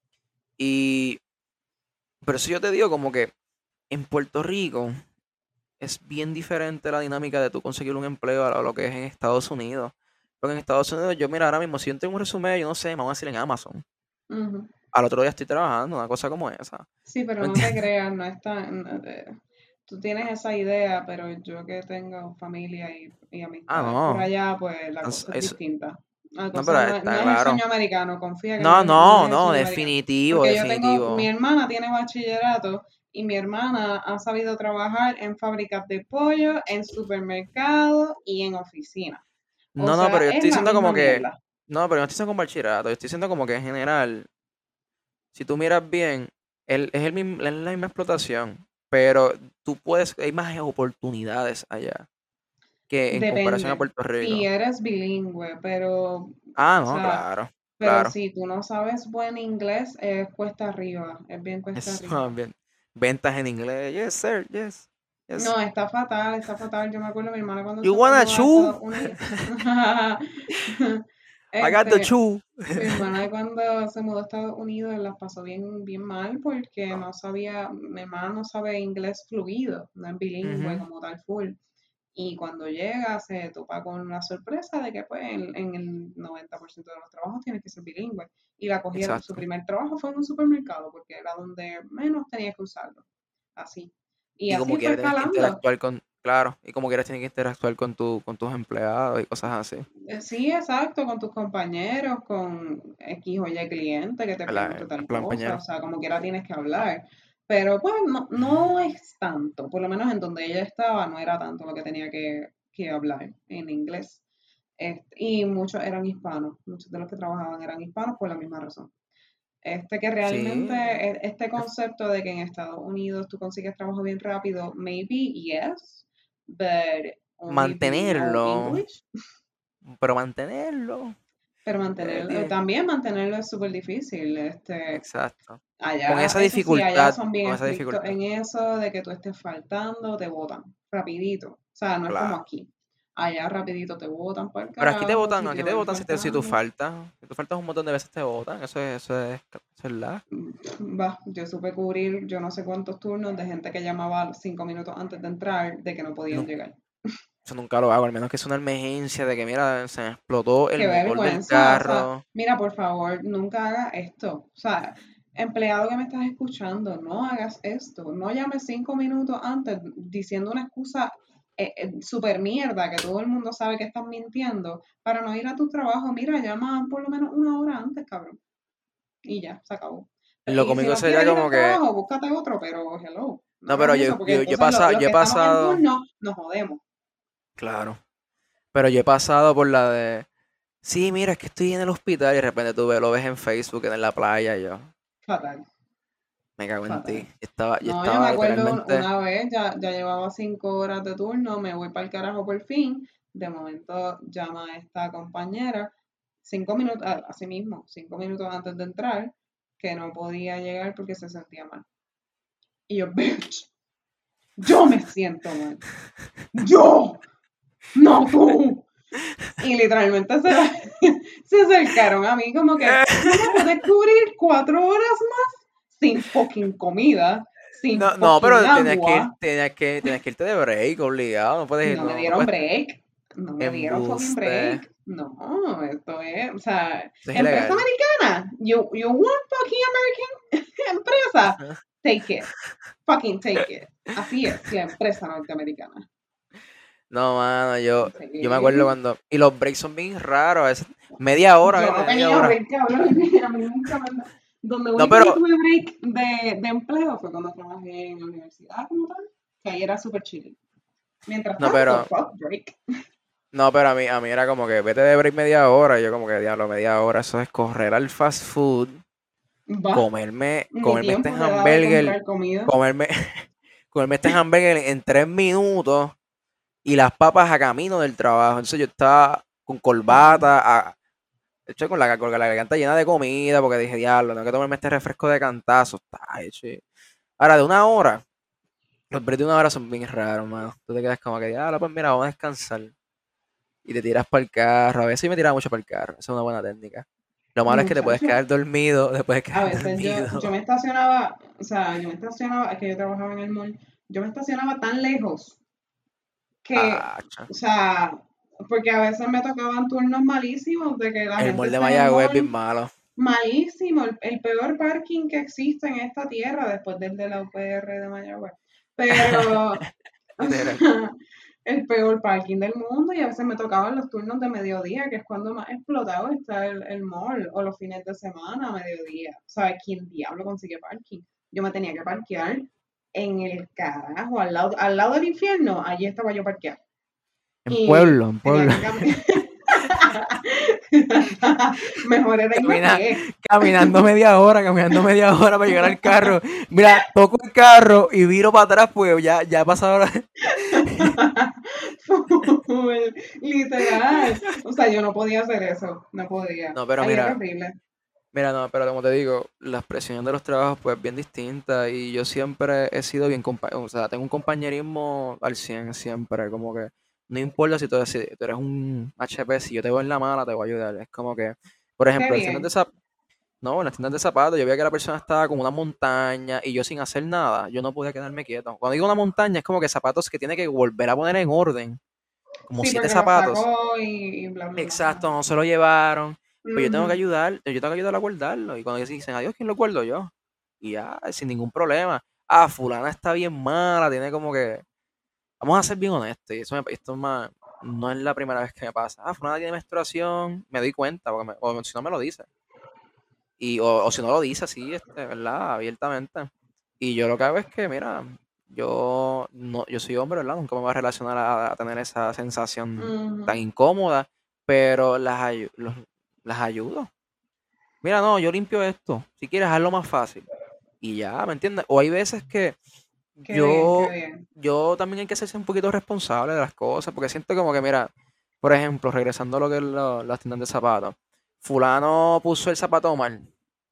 y por eso yo te digo como que en Puerto Rico es bien diferente la dinámica de tú conseguir un empleo a lo que es en Estados Unidos. Porque en Estados Unidos, yo mira, ahora mismo, si yo tengo un resumen, yo no sé, me vamos a decir en Amazon. Ujú. Al otro día estoy trabajando, una cosa como esa. Sí, pero ¿Me no te entiendes? creas, no es tan... tú tienes esa idea, pero yo que tengo familia y Ah, amistades por no. allá, pues la No, cosa es distinta. La no, cosa pero no es, está no es el claro. sueño americano, confía que No, no no, es el no, sueño americano. definitivo, Porque yo tengo, mi definitivo. hermana tiene bachillerato y mi hermana ha sabido trabajar en fábricas de pollo, en supermercados y en oficina. O No, no, sea, pero yo es estoy la diciendo como misma que. mierda. No, pero yo no estoy diciendo con bachillerato, yo estoy diciendo como que en general, si tú miras bien, es la misma explotación, pero hay más oportunidades allá que en comparación a Depende. Puerto Si Rico. eres bilingüe, pero, Ah, o no, sea, claro, pero claro. si tú no sabes buen inglés, es cuesta arriba, es bien cuesta Es arriba. más bien. Ventas en inglés. Yes, sir, yes. Yes. No, está fatal, está fatal. Yo me acuerdo de mi hermana cuando You se fue a wanna mudar a chew? Estados Unidos. I got the Este, chew. mi hermana cuando se mudó a Estados Unidos la pasó bien, bien mal porque No. no sabía, mi hermana no sabe inglés fluido, no es bilingüe Ujú, como tal full. Y cuando llega se topa con la sorpresa de que pues en el 90% de los trabajos tiene que ser bilingüe. Y la cogieron, su exacto. primer trabajo fue en un supermercado porque era donde menos tenía que usarlo. Así. Y Y como así fue quieras tienes que escalando. interactuar con, claro, y como quieras tienes que interactuar con tus empleados y cosas así. Sí, exacto, con tus compañeros, con X o Y cliente que te pregunte El tal cosa, o compañero. sea, como quiera tienes que hablar. Pero pues no es tanto, por lo menos en donde ella estaba no era tanto lo que tenía que hablar en inglés. Y muchos eran hispanos, muchos de los que trabajaban eran hispanos por la misma razón. Que realmente Sí, este concepto de que en Estados Unidos tú consigues trabajo bien rápido, maybe yes, but only if you know mantenerlo, English. pero mantenerlo. Pero Dime. también mantenerlo es súper difícil. Exacto. Con Allá, esa eso sí, allá dificultad, son bien con esa estrictos dificultad. en eso de que tú estés faltando, te votan, rapidito. O sea, no es como Claro. aquí. Allá rapidito te votan para el Pero carajo, si aquí te te ven votan si tú faltando. faltas. Si tú faltas un montón de veces te votan. Eso es la. Va, yo supe cubrir yo no sé cuántos turnos de gente que llamaba 5 minutos antes de entrar de que no podían No, llegar. eso nunca lo hago, al menos que es una emergencia de que, mira, se me explotó el Qué motor del vergüenza, o sea, carro. mira, por favor, nunca haga esto. O sea, empleado que me estás escuchando, no hagas esto. No llames 5 minutos antes diciendo una excusa súper mierda que todo el mundo sabe que estás mintiendo para no ir a tu trabajo. Mira, llama por lo menos 1 hora antes, cabrón. Y ya, se acabó. Lo Y si cómico no sería quieres ir al como que. trabajo, búscate otro, pero hello, no No, pero hagas eso, porque yo he entonces pasado, los yo he que estamos en pasado. turno nos jodemos. Claro. Pero yo he pasado por la de. Sí, mira, es que estoy en el hospital y de repente lo ves en Facebook, en la playa y yo. Fatal. Me cago en ti. Fatal. Yo No, yo me estaba acuerdo literalmente. una vez, ya llevaba 5 horas de turno, me voy para el carajo por fin. De momento llama a esta compañera, 5 minutos, así mismo, 5 minutos antes de entrar, que no podía llegar porque se sentía mal. Y yo, bitch, yo me siento mal. Yo, no tú. Y literalmente se acercaron a mí como que, no me puedes cubrir 4 horas más sin fucking comida, sin No, no, fucking pero agua. tenías que irte de break, obligado. No puedes ir, No me no dieron puedes. break. No me dieron fucking Embuste. break. No, esto es, o sea, Eso es empresa ilegal. americana. You want fucking American empresa. Take it. Fucking take it. Así es la empresa norteamericana. No, mano, yo me acuerdo Sí. cuando. Y los breaks son bien raros. A veces, media hora, Yo ¿viste? no Media tenía hora. break, cabrón. A mí nunca me... Donde No, único yo pero. tuve break de empleo fue cuando trabajé en la universidad como tal, que ahí era súper chill. Mientras No, tanto, pero. fuck break. No, pero a mí era como que vete de break media hora. Y yo, como que diablo, media hora. Eso es correr al fast food. Va, ni Comerme este tiempo te da de hamburger. comprar comida. Comerme, comerme este hamburger en 3 minutos. Y las papas a camino del trabajo. Entonces yo estaba con Fatal. corbata, hecho con la garganta llena de comida, porque dije, diablo, tengo que tomarme este refresco de cantazo. Está hecho. Ahora, de 1 hora, los breaks de 1 hora son bien raros, mano. Tú te quedas como que, diablo, pues mira, vamos a descansar. Y te tiras para el carro. A veces yo me tiraba mucho para el carro. Esa es una buena técnica. Lo malo es que te puedes Muchacho, quedar dormido, te puedes a quedar veces yo dormido. me estacionaba, o sea, yo me estacionaba, es que yo trabajaba en el mall, yo me estacionaba tan lejos que, Ah, o sea, porque a veces me tocaban turnos malísimos de que la el gente mall de está en el Mayagüez es bien mall, malo. malísimo, el peor parking que existe en esta tierra después del de la UPR de Mayagüez. Pero, o Literal. sea, el peor parking del mundo y a veces me tocaban los turnos de mediodía, que es cuando más explotado está el mall, o los fines de semana a mediodía. O sea, ¿quién diablo consigue parking? Yo me tenía que parquear en el carajo, al lado del infierno, allí estaba yo parqueada. Y En tenía pueblo. que caminar. Mejor era irme a Camina, pie. caminando media hora para llegar al carro. Mira, toco el carro y viro para atrás, pues ya ha pasado la. Full, literal. O sea, yo no podía hacer eso. No podía. No, pero Ahí era horrible. no, pero como te digo, las presiones de los trabajos pues bien distintas y yo siempre he sido bien o sea, tengo un compañerismo al 100 siempre, como que no importa si tú eres un HP, si yo te voy en la mala, te voy a ayudar. Es como que, por Qué ejemplo, bien. no, en las tiendas de zapatos, yo veía que la persona estaba como una montaña y yo sin hacer nada, yo no podía quedarme quieto. Cuando digo una montaña es como que zapatos que tiene que volver a poner en orden, como Sí, 7 porque lo zapatos. sacó y bla, bla, bla. Exacto, Ajá. no se lo llevaron. Pues Ujú. yo tengo que ayudar a guardarlo. Y cuando ellos dicen adiós, ¿quién lo guardo yo? Y ya, sin ningún problema. fulana está bien mala, tiene como que, vamos a ser bien honestos, y esto es más, no es la primera vez que me pasa. Fulana tiene menstruación, me doy cuenta, o si no me lo dice. O si no lo dice así, ¿verdad? Abiertamente. Y yo lo que hago es que, mira, yo no, yo soy hombre, ¿verdad? Nunca me voy a relacionar a tener esa sensación tan Ujú. incómoda, pero las ayudo. Mira, no, yo limpio esto. Si quieres, hazlo más fácil. Y ya, ¿me entiendes? O hay veces que Qué bien, qué yo, bien. yo también hay que hacerse un poquito responsable de las cosas, porque siento como que, mira, por ejemplo, regresando a lo que es las tiendas de zapatos, fulano puso el zapato mal,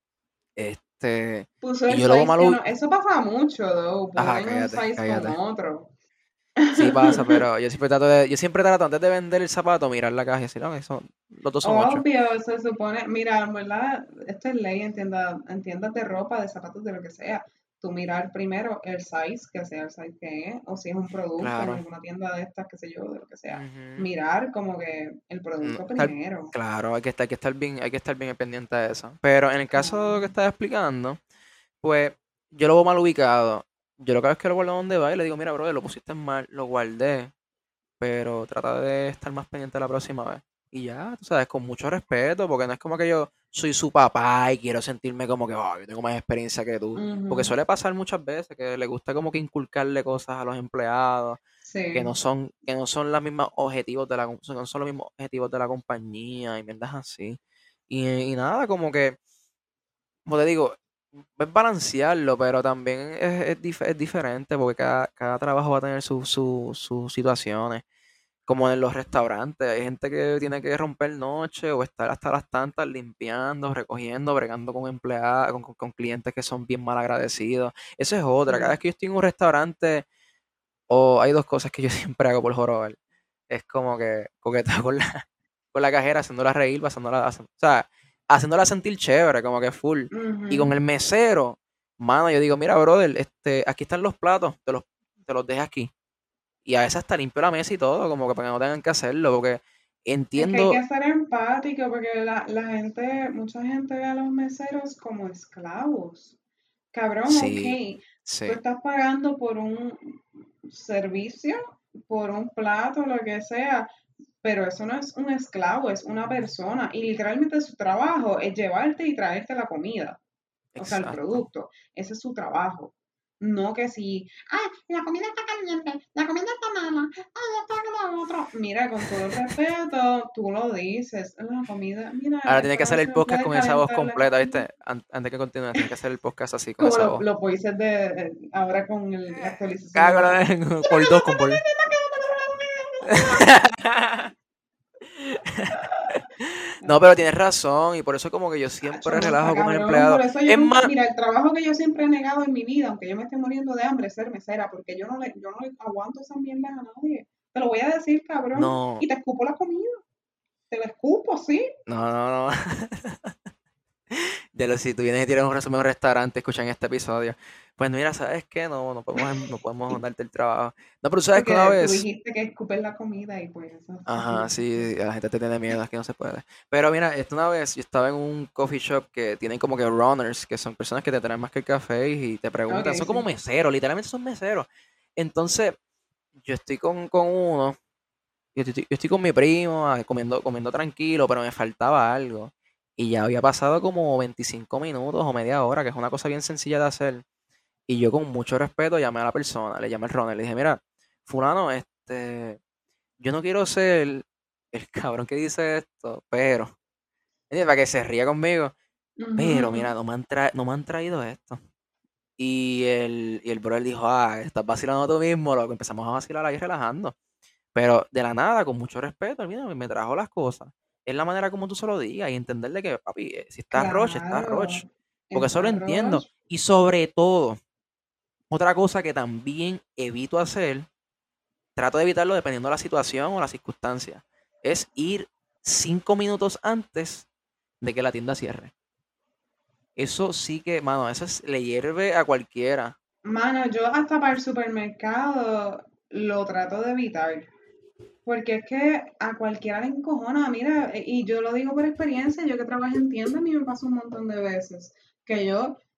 Puso y el yo lo veo size que mal, no. Eso pasa mucho, though. ajá, Ponen un cállate, size con cállate. otro. Sí pasa, pero yo siempre trato antes de vender el zapato, mirar la caja y decir, no, eso, los dos son 8. Obvio, se supone, mira, en verdad, esto es ley en tiendas de ropa, de zapatos, de lo que sea. Tú mirar primero el size, que sea el size que es, o si es un producto en Claro. alguna tienda de estas, qué sé yo, de lo que sea. Ujú. Mirar como que el producto primero. Claro, hay que estar bien pendiente de eso. Pero en el caso que Claro. estaba explicando, pues yo lo veo mal ubicado. Yo lo que hago es que lo guardo donde va y le digo, mira, bro, lo pusiste mal, lo guardé, pero trata de estar más pendiente la próxima vez. Y ya, tú sabes, con mucho respeto, porque no es como que yo soy su papá y quiero sentirme como que, oh, yo tengo más experiencia que tú. Porque Ujú. suele pasar muchas veces que le gusta como que inculcarle cosas a los empleados Sí. que no son las mismas objetivos de no son los mismos objetivos de la compañía y mierdas así. Y nada, como te digo, es balancearlo, pero también es diferente porque cada trabajo va a tener sus situaciones. Como en los restaurantes, hay gente que tiene que romper noche o estar hasta las tantas limpiando, recogiendo, bregando con empleados, con clientes que son bien mal agradecidos. Eso es otra. Cada vez Sí. que yo estoy en un restaurante, o hay dos cosas que yo siempre hago por jorobar. Es como que coqueteo con la cajera, haciéndola reír, o sea, haciéndola sentir chévere, como que full. Y con Ujú. el mesero, mano, yo digo, mira, brother, aquí están los platos, te los dejé aquí. Y a veces hasta limpio la mesa y todo, como que para que no tengan que hacerlo, porque Es que hay entiendo, que ser empático porque la gente, mucha gente ve a los meseros como esclavos. Cabrón, ok, sí, tú sí, estás pagando por un servicio, por un plato, lo que sea, pero eso no es un esclavo, es una persona y literalmente su trabajo es llevarte y traerte la comida, o sea, el exacto. producto, ese es su trabajo. No que si, la comida está caliente, la comida está mala, esto, lo otro. Mira, con todo el respeto, tú lo dices, la comida, mira, Ahora tiene esto que no hacer el se podcast puede con esa voz calentar la completa, comida. ¿viste? Antes que continúe, tiene que hacer el podcast así, con Como esa voz. lo voices de ahora con la actualización de Cágalo Mac. por dos, con por. No, pero tienes razón, y por eso como que yo Cacho, siempre no está relajo con los cabrón. Por empleados. eso yo Es nunca, más, mira, el trabajo que yo siempre he negado en mi vida, aunque yo me esté muriendo de hambre, es ser mesera, porque yo no le aguanto esas mierdas a nadie. Te lo voy a decir, cabrón, no, y te escupo la comida. Te la escupo, sí. no, no, no. Si tú vienes y tienes un resumen de un restaurante, escuchan este episodio. Pues mira, ¿sabes qué? No podemos darte el trabajo. No, pero tú sabes que una Porque tú vez. dijiste que escupes la comida y pues así Ajá, mismo fue. sí, la gente te tiene miedo, es que no se puede. Pero mira, una vez yo estaba en un coffee shop que tienen como que runners, que son personas que te traen más que el café y te preguntan, Ok, son como sí. meseros, literalmente son meseros. Entonces, yo estoy con uno, yo estoy con mi primo, comiendo tranquilo, pero me faltaba algo. Y ya había pasado como 25 minutos o media hora, que es una cosa bien sencilla de hacer. Y yo con mucho respeto llamé a la persona, le llamé al runner, le dije, mira, fulano, yo no quiero ser el cabrón que dice esto, pero, para que se ría conmigo, Ujú, pero ujú. mira, no me han traído esto. Y el brother dijo, estás vacilando tú mismo, loco. Empezamos a vacilar ahí relajando. Pero de la nada, con mucho respeto, mira, me trajo las cosas. Es la manera como tú se lo digas y entenderle que, papi, si estás Roche, estás Roche. Claro. Porque eso lo Está entiendo. Roche. Y sobre todo, otra cosa que también evito hacer, trato de evitarlo dependiendo de la situación o la circunstancia, es ir 5 minutos antes de que la tienda cierre. Eso sí que, mano, le hierve a cualquiera. Mano, yo hasta para el supermercado lo trato de evitar. Porque es que a cualquiera le encojona, mira, y yo lo digo por experiencia, yo que trabajo en tienda, a mí me pasa un montón de veces que yo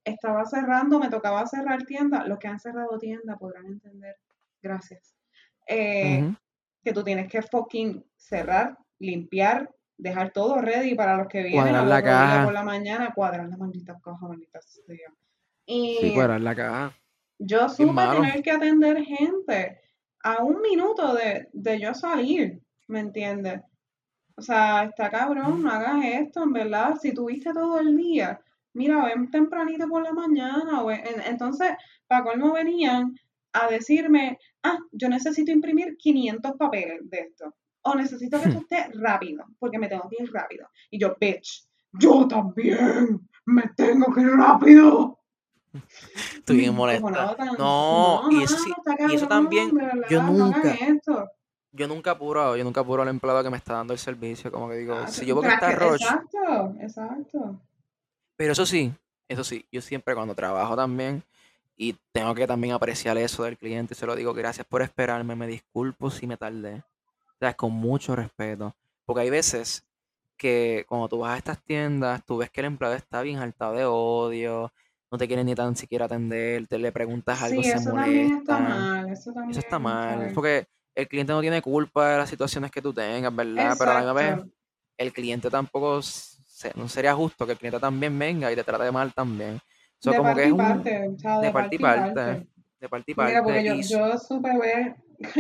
estaba cerrando, me tocaba cerrar tienda. Los que han cerrado tienda podrán entender. Gracias. Eh, Ujú. que tú tienes que fucking cerrar, limpiar, dejar todo ready para los que vienen Cuadrar al la otro día por caja. la mañana, cuadrar la maldita caja, maldita sea. Sí, Y cuadrar la caja. yo Bien supe malo. tener que atender gente a un minuto de yo salir, ¿me entiendes? O sea, está cabrón, Mm. no hagas esto, en verdad. Si tuviste todo el día, mira, ven tempranito por la mañana. Entonces, para colmo venían a decirme, yo necesito imprimir 500 papeles de esto. O necesito que esto esté rápido, porque me tengo que ir rápido. Y yo, bitch, yo también me tengo que ir rápido. Estoy Me bien molesta. encojonaba tanto. No, No, mano, está y eso cabrón, también, de verdad, no hagan esto. yo nunca apuro al empleado que me está dando el servicio. Como que digo, si yo veo que Tras está que, rush, exacto, exacto. pero eso sí, yo siempre cuando trabajo también, y tengo que también apreciar eso del cliente, se lo digo, gracias por esperarme, me disculpo si me tardé. O sea, con mucho respeto. Porque hay veces que cuando tú vas a estas tiendas, tú ves que el empleado está bien hartado de odio, no te quieren ni tan siquiera atender, te le preguntas algo, Sí, se eso también está molestan. mal, eso Eso está también, mal. Es ¿sabes? porque el cliente no tiene culpa de las situaciones que tú tengas, ¿verdad? Pero a la misma vez, Exacto, el cliente tampoco, no sería justo que el cliente también venga y te trate mal también. Eso de como que parte es y un parte, o sea, de de parte y parte y parte, parte. de parte y Mira, parte. porque Y yo supe ver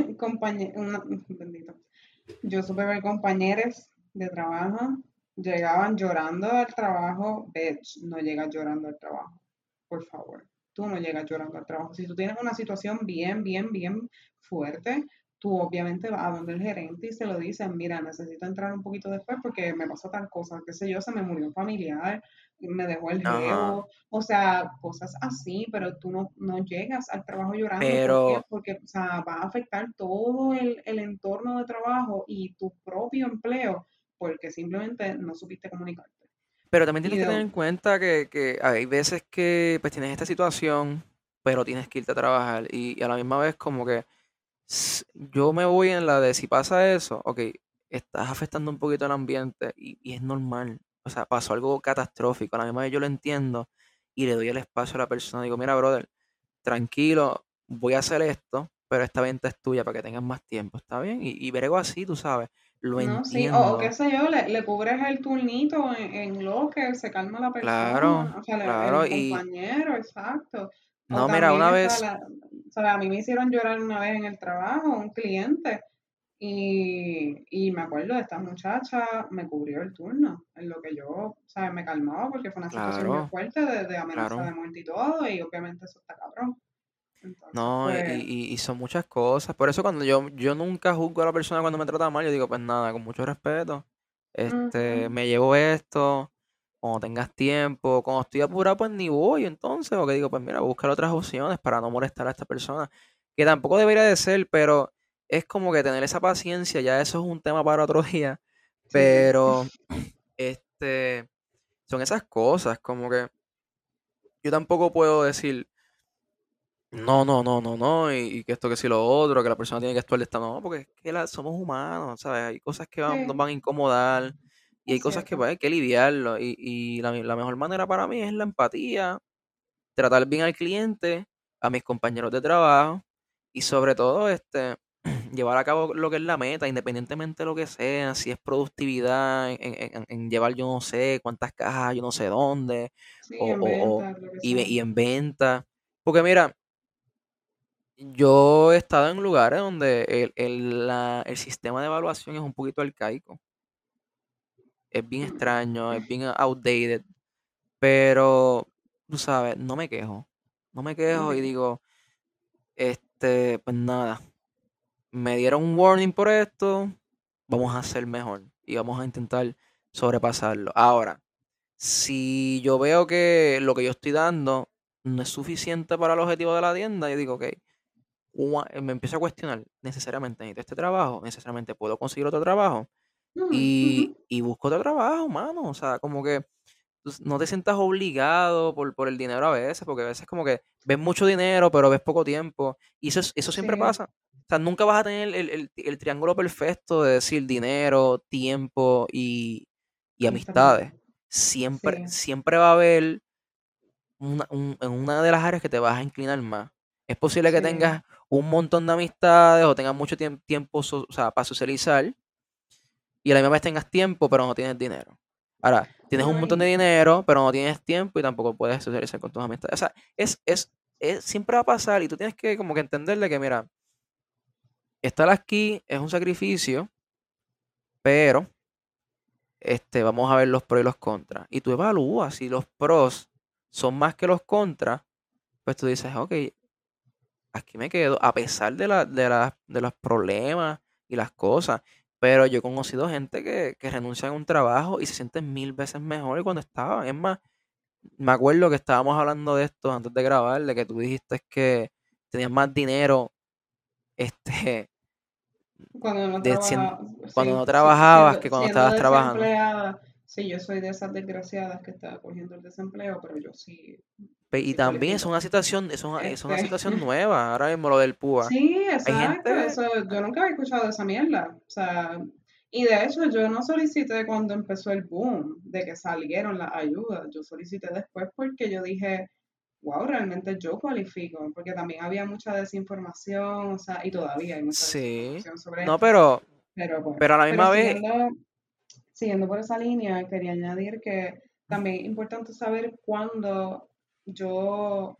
bendito, yo supe ver compañeros de trabajo, llegaban llorando al trabajo, bitch, no llegas llorando al trabajo, por favor, tú no llegas llorando al trabajo. Si tú tienes una situación bien fuerte, tú obviamente vas a donde el gerente y se lo dicen, mira, necesito entrar un poquito después porque me pasó tal cosa, qué sé yo, se me murió un familiar, me dejó el ajá. jevo, o sea, cosas así, pero tú no llegas al trabajo llorando. ¿Por qué? Pero, Porque, o sea, va a afectar todo el entorno de trabajo y tu propio empleo porque simplemente no supiste comunicarte. pero también Y tienes que tener en cuenta que hay veces que pues tienes esta situación, pero tienes que irte a trabajar. Y a la misma vez como que yo me voy en la de si pasa eso, ok, estás afectando un poquito el ambiente y es normal. O sea, pasó algo catastrófico. A la misma vez yo lo entiendo y le doy el espacio a la persona. Digo, mira, brother, tranquilo, voy a hacer esto, pero esta venta es tuya para que tengas más tiempo, ¿está bien? Y brego así, tú sabes, lo no, sí, o qué entiendo. sé yo, le cubres el turnito en locker, se calma la Claro, persona, o sea, claro. el Y compañero, exacto. O no, mira, también una está vez, o sea, a mí me hicieron llorar una vez en el trabajo, un cliente, y me acuerdo de esta muchacha, me cubrió el turno, en lo que yo, o sea, me calmaba porque fue una situación bien claro, fuerte de amenaza de claro. muerte y todo, y obviamente eso está cabrón. Entonces, No, pues, y son muchas cosas. Por eso cuando yo nunca juzgo a la persona cuando me trata mal, yo digo, pues nada, con mucho respeto. ujú, Me llevo esto, cuando tengas tiempo, cuando estoy apurado, pues ni voy entonces, o que digo, pues mira, buscar otras opciones para no molestar a esta persona, que tampoco debería de ser, pero es como que tener esa paciencia, ya eso es un tema para otro día, sí, pero este, son esas cosas, como que yo tampoco puedo decir no, no, no, no, no, y que esto, que si lo otro, que la persona tiene que actuar de esta no, porque es que somos humanos, ¿sabes? Hay cosas que nos sí, van a incomodar y hay es cosas que cierto. pues, hay que lidiarlo. Y la mejor manera para mí es la empatía, tratar bien al cliente, a mis compañeros de trabajo y sobre todo llevar a cabo lo que es la meta, independientemente de lo que sea, si es productividad, en llevar yo no sé cuántas cajas, yo no sé dónde, Sí, en venta, lo que sea. y en venta. Porque mira, yo he estado en lugares donde el sistema de evaluación es un poquito arcaico. Es bien Mm, extraño, es bien outdated. Pero, tú sabes, no me quejo. No me quejo y ok. digo, pues nada, me dieron un warning por esto, vamos a hacer mejor y vamos a intentar sobrepasarlo. Ahora, si yo veo que lo que yo estoy dando no es suficiente para el objetivo de la tienda, yo digo, ok, me empiezo a cuestionar, necesariamente necesito este trabajo, necesariamente puedo conseguir otro trabajo Ujú. y busco otro trabajo, mano. O sea, como que no te sientas obligado por el dinero a veces, porque a veces como que ves mucho dinero, pero ves poco tiempo. Y eso siempre Sí, pasa. O sea, nunca vas a tener el triángulo perfecto de decir dinero, tiempo y y estabilidad. amistades. Siempre, Sí, siempre va a haber en una de las áreas que te vas a inclinar más. Es posible que Sí, tengas un montón de amistades o tengas mucho tiempo o sea, para socializar y a la misma vez tengas tiempo, pero no tienes dinero. Ahora, tienes un no, montón de dinero, pero no tienes tiempo y tampoco puedes socializar con tus amistades. O sea, siempre va a pasar y tú tienes que como que entenderle que, mira, estar aquí es un sacrificio, pero vamos a ver los pros y los contras. Y tú evalúas si los pros son más que los contras, pues tú dices, ok, aquí me quedo, a pesar de los problemas y las cosas. Pero yo he conocido gente que renuncia a un trabajo y se siente 1000 veces mejor que cuando estaba. Es más, me acuerdo que estábamos hablando de esto antes de grabar, de que tú dijiste que tenías más dinero, este, cuando no de trabaja, cuando no sí, sí, trabajabas que cuando siendo estabas trabajando. desempleada, sí, yo soy de esas desgraciadas que está cogiendo el desempleo, pero yo Y sí también es cualifico. una situación, es una Este, situación nueva, ahora mismo lo del PUA. sí, Hay exacto, gente, eso, yo nunca había escuchado de esa mierda, o sea, y de hecho yo no solicité cuando empezó el boom de que salieron las ayudas, yo solicité después porque yo dije, wow, realmente yo cualifico, porque también había mucha desinformación, o sea, y todavía hay mucha sí, desinformación sobre no, esto, pero pues, pero a la pero misma vez, siguiendo por esa línea, quería añadir que también es importante saber cuándo yo,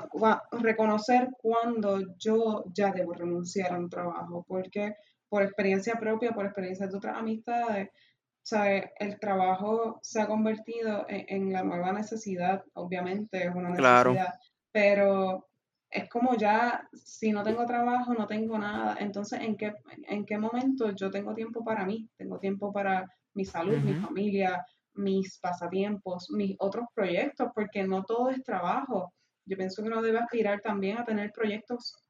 reconocer cuándo yo ya debo renunciar a un trabajo, porque por experiencia propia, por experiencia de otras amistades, ¿sabe? El trabajo se ha convertido en la nueva necesidad, obviamente es una claro, necesidad, pero es como ya, si no tengo trabajo, no tengo nada. Entonces, en qué momento yo tengo tiempo para mí? Tengo tiempo para mi salud, mi ujú, familia, mis pasatiempos, mis otros proyectos, porque no todo es trabajo. Yo pienso que uno debe aspirar también a tener proyectos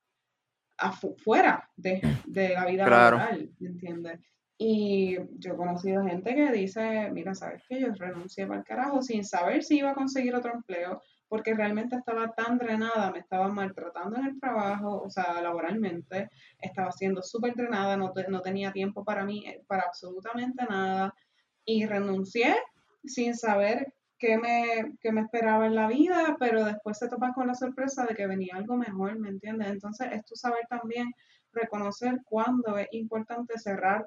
fuera de la vida claro, laboral, ¿me entiendes? Y yo he conocido gente que dice, mira, ¿sabes qué? Yo renuncié para el carajo sin saber si iba a conseguir otro empleo, porque realmente estaba tan drenada, me estaba maltratando en el trabajo, o sea, laboralmente, estaba siendo súper drenada, no tenía tiempo para mí, para absolutamente nada, y renuncié sin saber qué me esperaba en la vida, pero después se topan con la sorpresa de que venía algo mejor, ¿me entiendes? Entonces, es tú saber también reconocer cuándo es importante cerrar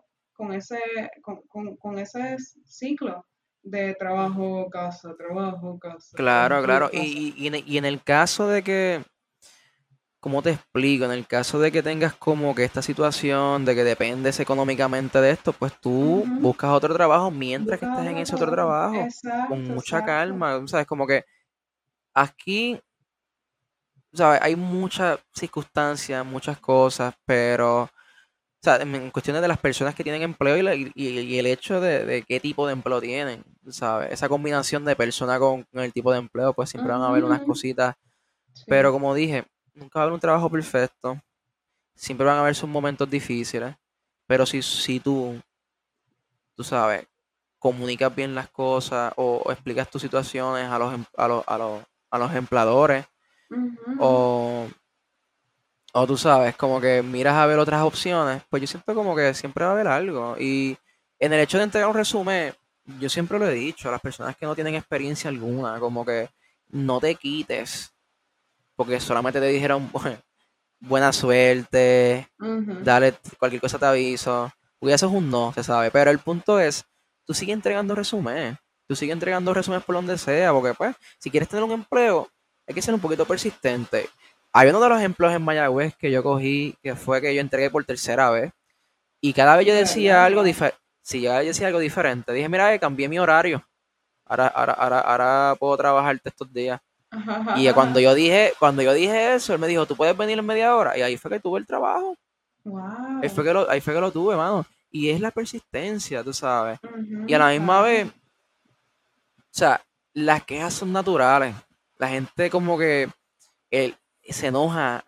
con ese ciclo de trabajo, casa, claro, trabajo, claro. casa. Y en el caso de que, ¿cómo te explico? En el caso de que tengas como que esta situación de que dependes económicamente de esto, pues tú Ujú. buscas otro trabajo mientras que Busca estés en otro ese otro trabajo. trabajo, con Exacto, mucha exacto. calma, ¿sabes? Como que aquí, ¿sabes? Hay muchas circunstancias, muchas cosas, pero, o sea, en cuestiones de las personas que tienen empleo y el hecho de qué tipo de empleo tienen, ¿sabes? Esa combinación de persona con el tipo de empleo, pues siempre van a haber unas Ujú. cositas, pero Sí, como dije, nunca va a haber un trabajo perfecto, siempre van a haber sus momentos difíciles, pero si tú sabes, comunicas bien las cosas o explicas tus situaciones a los empleadores ujú. o, o tú sabes, como que miras a ver otras opciones, pues yo siento como que siempre va a haber algo. Y en el hecho de entregar un resumen, yo siempre lo he dicho a las personas que no tienen experiencia alguna, como que no te quites, porque solamente te dijeron buena suerte, Ujú. dale, cualquier cosa te aviso. Porque eso es un no, se sabe. Pero el punto es, tú sigues entregando resúmenes. Tú sigues entregando resúmenes por donde sea, porque pues, si quieres tener un empleo, hay que ser un poquito persistente. Hay uno de los ejemplos en Mayagüez que yo cogí, que fue que yo entregué por tercera vez, y cada vez yo De decía verdad, algo wow. diferente. Si yo decía algo diferente, dije, mira, cambié mi horario. Ahora puedo trabajarte estos días. Y cuando yo dije eso, él me dijo, ¿tú puedes venir en media hora? Y ahí fue que tuve el trabajo. Wow. Ahí fue que lo tuve, mano. Y es la persistencia, tú sabes. Y a Ujú, la misma vez, claro. o sea, las quejas son naturales. La gente como que él se enoja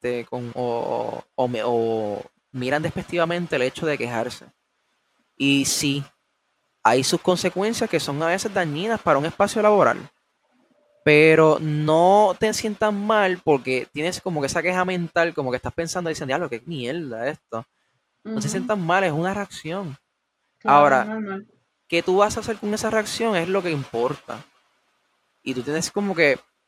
o miran despectivamente el hecho de quejarse. Y sí, hay sus consecuencias que son a veces dañinas para un espacio laboral. Pero no te sientas mal porque tienes como que esa queja mental, como que estás pensando y diciendo, diablo, qué mierda esto. No se Ujú, sientan mal, es una reacción. claro, es Ahora, normal. ¿qué tú vas a hacer con esa reacción? Es lo que importa. Y tú tienes como que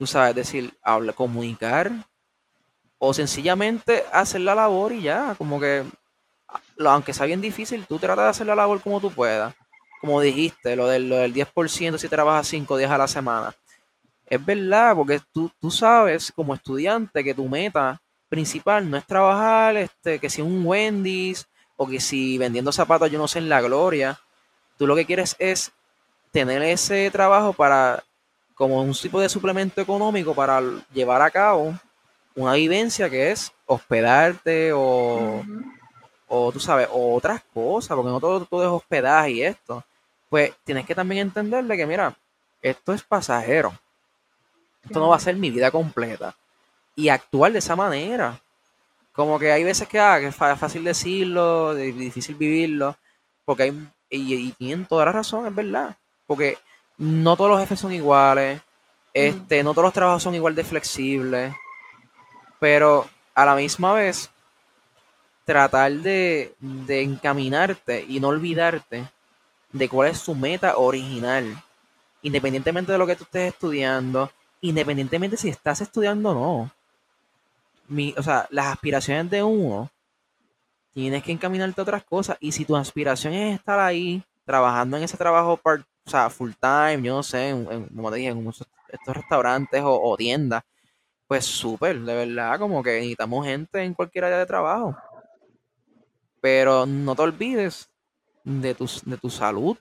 tú sabes, decir, hablar, comunicar, o sencillamente hacer la labor y ya, como que, aunque sea bien difícil, tú tratas de hacer la labor como tú puedas. Como dijiste, lo del 10% si trabajas 5 días a la semana. Es verdad, porque tú sabes como estudiante que tu meta principal no es trabajar, que si en un Wendy's o que si vendiendo zapatos, yo no sé, en La Gloria. Tú lo que quieres es tener ese trabajo para, como un tipo de suplemento económico para llevar a cabo una vivencia que es hospedarte Ujú. o tú sabes, o otras cosas, porque no todo es hospedaje y esto. Pues tienes que también entenderle que, mira, esto es pasajero. Esto no va a Claro. ser mi vida completa. Y actuar de esa manera. Como que hay veces que es fácil decirlo, difícil vivirlo, porque y tienen toda la razón, es verdad. Porque no todos los jefes son iguales, Mm. no todos los trabajos son igual de flexibles, pero a la misma vez tratar de encaminarte y no olvidarte de cuál es tu meta original, independientemente de lo que tú estés estudiando, independientemente si estás estudiando o no. O sea, las aspiraciones de uno, tienes que encaminarte a otras cosas. Y si tu aspiración es estar ahí, trabajando en ese trabajo, o sea, full time, yo no sé, como te dije, en estos restaurantes o tiendas, pues súper, de verdad, como que necesitamos gente en cualquier área de trabajo. Pero no te olvides de tu salud,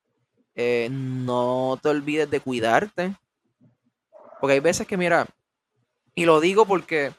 no te olvides de cuidarte, porque hay veces que, mira, y lo digo porque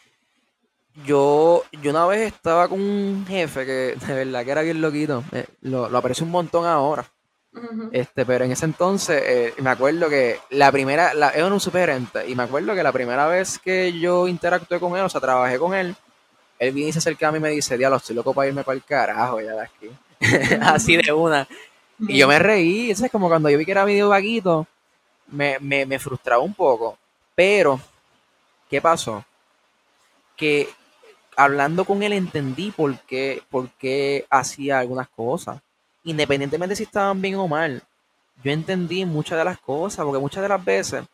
yo una vez estaba con un jefe que de verdad que era bien loquito, lo aprecio un montón ahora, Ujú. pero en ese entonces me acuerdo que la primera, era un supergerente, y me acuerdo que la primera vez que yo interactué con él, o sea, trabajé con él viene y se acerca a mí y me dice, diablo, estoy loco para irme para el carajo ya de aquí. Así de una. Y yo Ujú. me reí, es como cuando yo vi que era medio vaguito, me frustraba un poco. Pero, ¿qué pasó? Que hablando con él entendí por qué hacía algunas cosas. Independientemente si estaban bien o mal. Yo entendí muchas de las cosas, porque muchas de las veces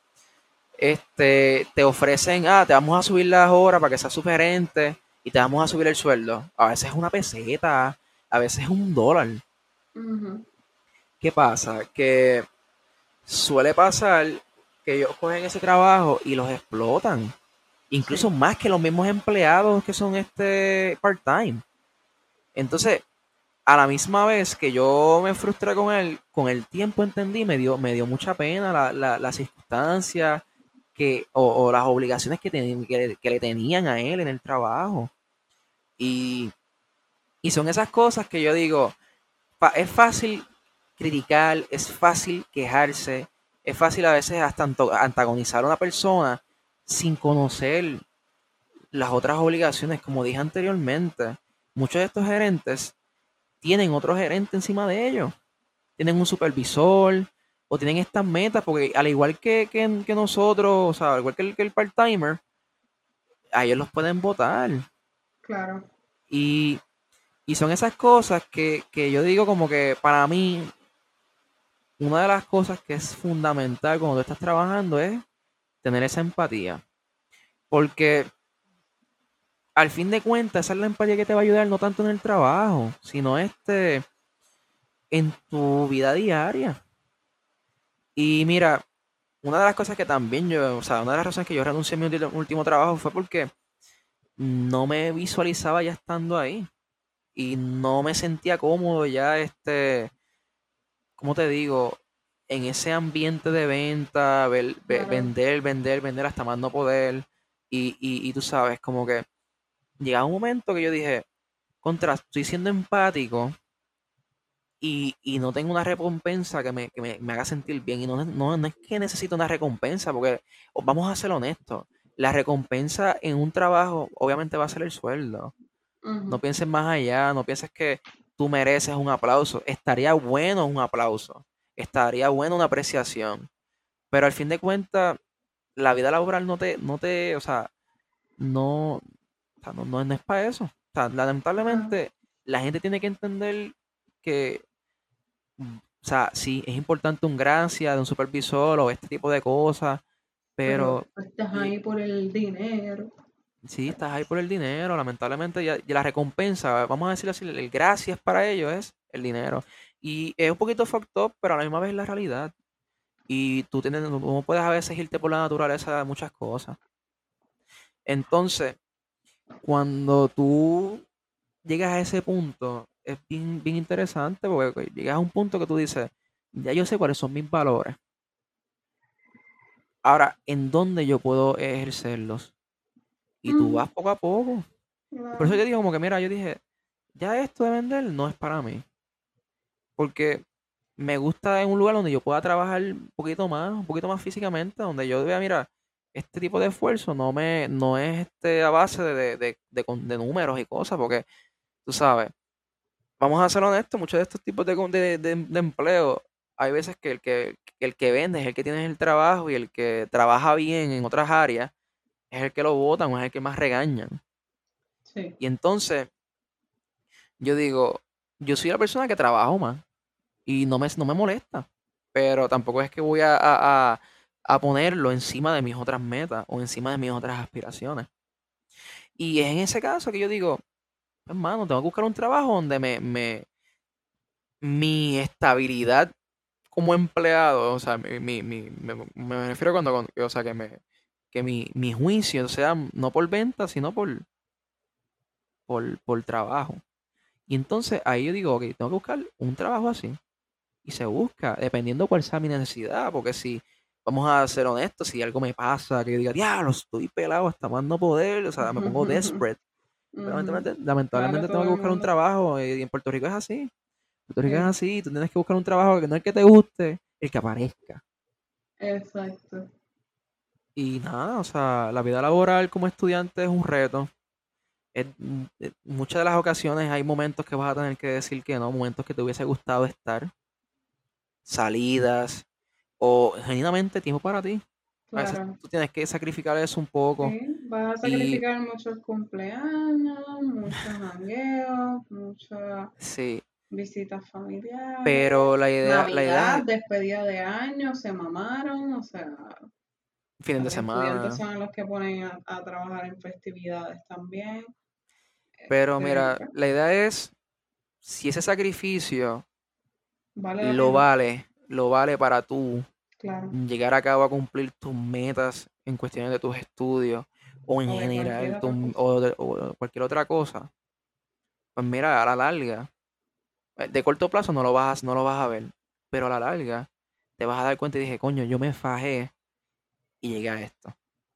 te ofrecen, te vamos a subir las horas para que seas sugerente y te vamos a subir el sueldo. A veces es una peseta, a veces es $1. Ujú. ¿Qué pasa? Que suele pasar que ellos cogen ese trabajo y los explotan. Incluso Sí, más que los mismos empleados que son part-time. Entonces, a la misma vez que yo me frustré con él, con el tiempo entendí, me dio mucha pena la circunstancia o las obligaciones que le tenían a él en el trabajo. Y, y son esas cosas que yo digo, es fácil criticar, es fácil quejarse, es fácil a veces hasta antagonizar a una persona sin conocer las otras obligaciones. Como dije anteriormente, muchos de estos gerentes tienen otro gerente encima de ellos, tienen un supervisor o tienen estas metas, porque al igual que nosotros, o sea, al igual que el part-timer, a ellos los pueden votar. claro. Y, y son esas cosas que yo digo como que para mí, una de las cosas que es fundamental cuando tú estás trabajando es tener esa empatía. Porque al fin de cuentas, esa es la empatía que te va a ayudar no tanto en el trabajo, sino en tu vida diaria. Y mira, una de las cosas que también o sea, una de las razones que yo renuncié a mi último trabajo fue porque no me visualizaba ya estando ahí y no me sentía cómodo ya, ¿cómo te digo? En ese ambiente de venta, Claro. vender, vender, vender hasta más no poder. Y tú sabes, como que llegaba un momento que yo dije, contra, estoy siendo empático y no tengo una recompensa que me haga sentir bien. Y no es que necesito una recompensa, porque vamos a ser honestos. La recompensa en un trabajo obviamente va a ser el sueldo. No Ujú. pienses más allá, no pienses que tú mereces un aplauso. Estaría bueno un aplauso, estaría bueno una apreciación, pero al fin de cuentas, la vida laboral o sea, no, o sea, no es para eso. O sea, Claro. lamentablemente, la gente tiene que entender que, o sea, sí, es importante un gracia de un supervisor o este tipo de cosas, pero estás y- ahí por el dinero. sí, estás ahí por el dinero, lamentablemente ya la recompensa, vamos a decirlo así, el gracias para ello es el dinero. Y es un poquito fucked up, pero a la misma vez es la realidad. Y tú tienes, no puedes a veces irte por la naturaleza de muchas cosas. Entonces, cuando tú llegas a ese punto, es bien, bien interesante porque llegas a un punto que tú dices, ya yo sé cuáles son mis valores. Ahora, ¿en dónde yo puedo ejercerlos? Y tú Ujú, vas poco a poco. Y por eso claro. yo digo como que, mira, yo dije, ya esto de vender no es para mí. Porque me gusta en un lugar donde yo pueda trabajar un poquito más físicamente, donde yo vea, mira, este tipo de esfuerzo no es a base de números y cosas, porque tú sabes, vamos a ser honestos, muchos de estos tipos de empleo, hay veces que el que vende es el que tiene el trabajo y el que trabaja bien en otras áreas es el que lo votan o es el que más regañan. Sí. Y entonces yo digo, yo soy la persona que trabajo más y no me molesta, pero tampoco es que voy a ponerlo encima de mis otras metas o encima de mis otras aspiraciones. Y es en ese caso que yo digo, hermano, tengo que buscar un trabajo donde mi estabilidad como empleado, o sea, me refiero o sea, que mi juicio sea no por venta, sino por trabajo. Y entonces ahí yo digo, ok, tengo que buscar un trabajo así. Y se busca, dependiendo cuál sea mi necesidad, porque si, vamos a ser honestos, si algo me pasa, que yo diga, diablo, estoy pelado hasta más no poder, o sea, me pongo desperate. Pero Ujú. Claro, lamentablemente tengo todo que el buscar un mundo. trabajo, y en Puerto Rico es así. Puerto Rico es Sí, así, tú tienes que buscar un trabajo que no es el que te guste, el que aparezca. exacto. Y nada, o sea, la vida laboral como estudiante es un reto. Muchas de las ocasiones hay momentos que vas a tener que decir que no, momentos que te hubiese gustado estar, salidas o genuinamente tiempo para ti. A veces Claro. tú tienes que sacrificar eso un poco. Sí, vas a Y sacrificar muchos cumpleaños, muchos jangueos, muchas sí, visitas pero familiares, la idea Navidad, es despedida de año, se mamaron, o sea, fines de los estudiantes semana. son los que ponen a trabajar en festividades también. Pero mira, Pues, la idea es, si ese sacrificio vale la pena, lo vale para tú claro, llegar a cabo a cumplir tus metas en cuestiones de tus estudios o en o de cualquier general otra cosa. o cualquier otra cosa, pues mira, a la larga, de corto plazo no lo vas a ver, pero a la larga te vas a dar cuenta y dije, coño, yo me fajé y llegué a esto.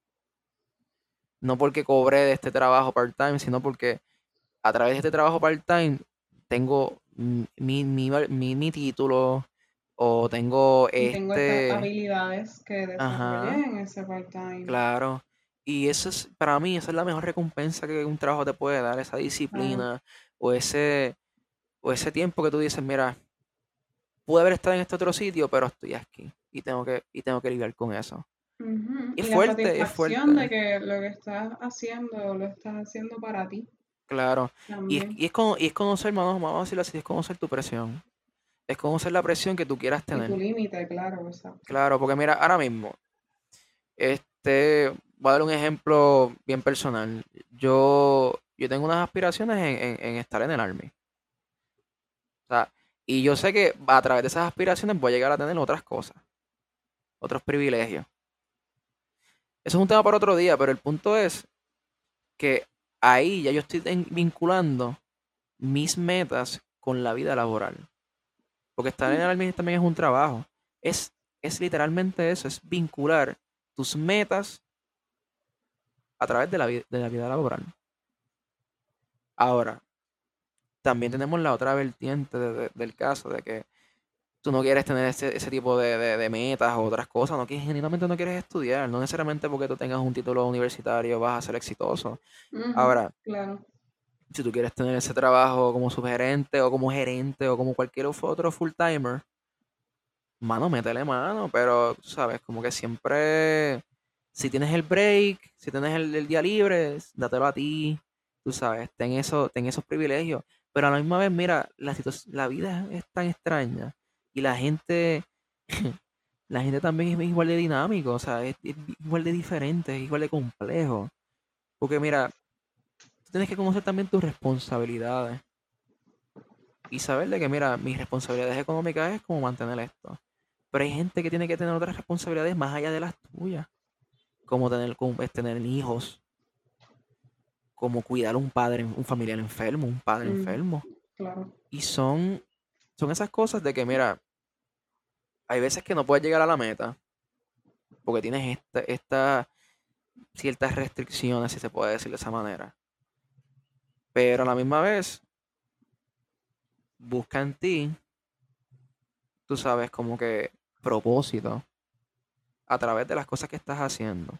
No porque cobré de este trabajo part-time, sino porque a través de este trabajo part-time tengo mi título o tengo Y tengo estas habilidades que desarrollé ajá, en ese part-time. claro. Y eso es, para mí, esa es la mejor recompensa que un trabajo te puede dar, esa Claro. disciplina o o ese tiempo que tú dices, mira, pude haber estado en este otro sitio, pero estoy aquí y tengo que lidiar con eso. Ujú. Y Y la es satisfacción de fuerte, que lo que estás haciendo lo estás haciendo para ti claro. también. Y es conocer, vamos a decirlo así, es conocer tu presión. Es conocer la presión que tú quieras Y tu tener. límite, claro, exacto. Claro, porque mira, ahora mismo, voy a dar un ejemplo bien personal. Yo tengo unas aspiraciones en estar en el Army. O sea, y yo sé que a través de esas aspiraciones voy a llegar a tener otras cosas, otros privilegios. Eso es un tema para otro día, pero el punto es que ahí ya yo estoy vinculando mis metas con la vida laboral. Porque estar en el Army también es un trabajo. Es, es literalmente eso, es vincular tus metas a través de la vida laboral. Ahora, también tenemos la otra vertiente del caso, de que tú no quieres tener ese tipo de metas o otras cosas, no quieres, genuinamente no quieres estudiar, no necesariamente porque tú tengas un título universitario vas a ser exitoso. Ujú, Ahora, claro. si tú quieres tener ese trabajo como subgerente o como gerente o como cualquier otro full timer, mano, métele mano, pero tú sabes, como que siempre, si tienes el break, si tienes el día libre, dátelo a ti, tú sabes, ten esos privilegios. Pero a la misma vez, mira, la vida es tan extraña y la gente la gente también es igual de dinámico, o sea, es igual de diferente, es igual de complejo. Porque mira, tú tienes que conocer también tus responsabilidades y saber de que, mira, mis responsabilidades económicas es como mantener esto. Pero hay gente que tiene que tener otras responsabilidades más allá de las tuyas, como es tener hijos, como cuidar a un padre, un familiar enfermo, un padre Mm, enfermo. claro. Y son esas cosas de que, mira, hay veces que no puedes llegar a la meta porque tienes esta ciertas restricciones, si se puede decir de esa manera. Pero a la misma vez, busca en ti, tú sabes, como que propósito a través de las cosas que estás haciendo.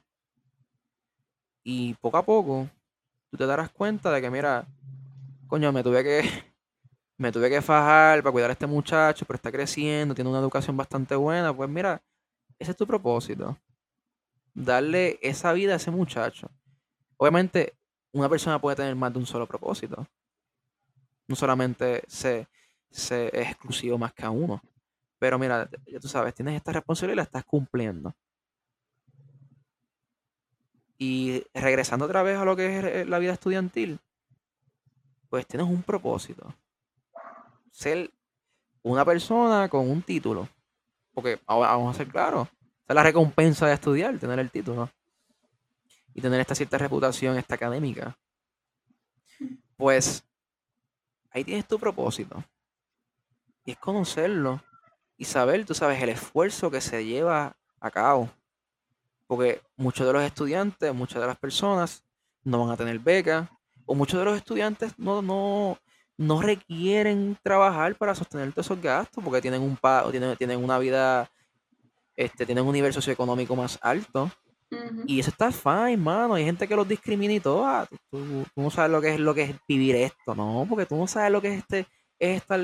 Y poco a poco, tú te darás cuenta de que, mira, coño, me tuve que fajar para cuidar a este muchacho, pero está creciendo, tiene una educación bastante buena. Pues mira, ese es tu propósito. Darle esa vida a ese muchacho. Obviamente, una persona puede tener más de un solo propósito. No solamente se es exclusivo más que a uno. Pero mira, ya tú sabes, tienes esta responsabilidad y la estás cumpliendo. Y regresando otra vez a lo que es la vida estudiantil, pues tienes un propósito. Ser una persona con un título. Porque ahora vamos a ser claros. Esa es la recompensa de estudiar, tener el título. Y tener esta cierta reputación, esta académica. Pues ahí tienes tu propósito. Y es conocerlo. Y saber, tú sabes, el esfuerzo que se lleva a cabo. Porque muchos de los estudiantes, muchas de las personas no van a tener becas, o muchos de los estudiantes no requieren trabajar para sostener todos esos gastos, porque tienen o tienen una vida, tienen un nivel socioeconómico más alto. Ujú. Y eso está fine, mano. Hay gente que los discrimina y todo. Tú no sabes lo que es vivir esto, no, porque tú no sabes lo que es estar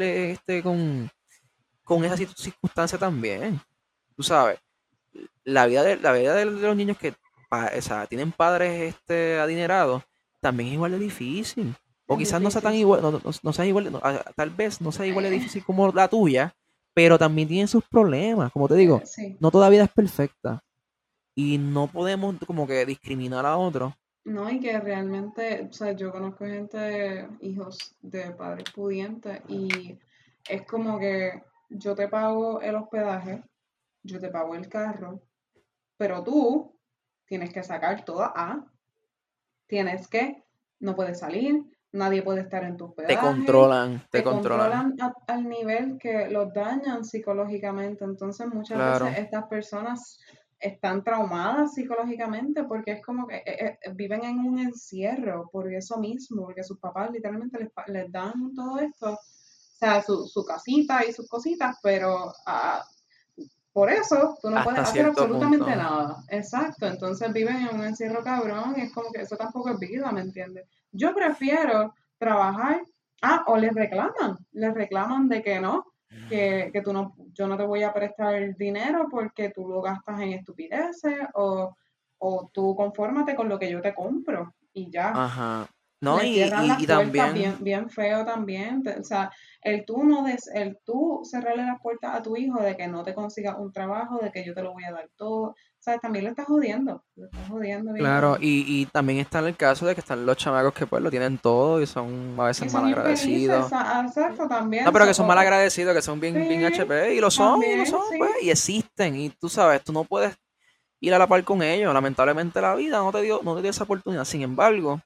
con esa circunstancia también. Tú sabes la vida de los niños que o sea, tienen padres adinerados también es igual de difícil. O Es quizás no sea tan difícil, sí. igual, no sea igual, tal vez no sea igual de difícil como la tuya, pero también tienen sus problemas. Como te digo, Sí. no toda vida es perfecta. Y no podemos como que discriminar a otros. No, y que realmente, o sea, yo conozco gente, hijos de padres pudientes, y es como que yo te pago el hospedaje, yo te pago el carro, pero tú tienes que sacar toda A, tienes que, no puedes salir, nadie puede estar en tu Te hospedaje, controlan, te te controlan. controlan al nivel que los dañan psicológicamente. Entonces muchas veces Claro. estas personas están traumadas psicológicamente porque es como que viven en un encierro por eso mismo, porque sus papás literalmente les dan todo esto, o sea, su casita y sus cositas, pero por eso tú no puedes Hasta hacer cierto absolutamente punto. nada. Exacto. Entonces viven en un encierro cabrón y es como que eso tampoco es vida, ¿me entiendes? Yo prefiero trabajar. Ah, o les reclaman de que no, que tú no, yo no te voy a prestar dinero porque tú lo gastas en estupideces o tú confórmate con lo que yo te compro y ya. Ajá. No, Le cierran y las puertas también, bien, bien feo también. O sea, el tú cerrarle las puertas a tu hijo de que no te consiga un trabajo, de que yo te lo voy a dar todo. O sea, también lo estás jodiendo bien claro, cabrón. y también está en el caso de que están los chamacos que pues lo tienen todo y son a veces Y mal son infelices, agradecidos. exacto, No, también. pero que son mal agradecidos, que son bien, bien Sí, HP, y lo también, son, pues, sí. y existen, y tú sabes, tú no puedes ir a la par con ellos, lamentablemente la vida no te dio esa oportunidad, sin embargo,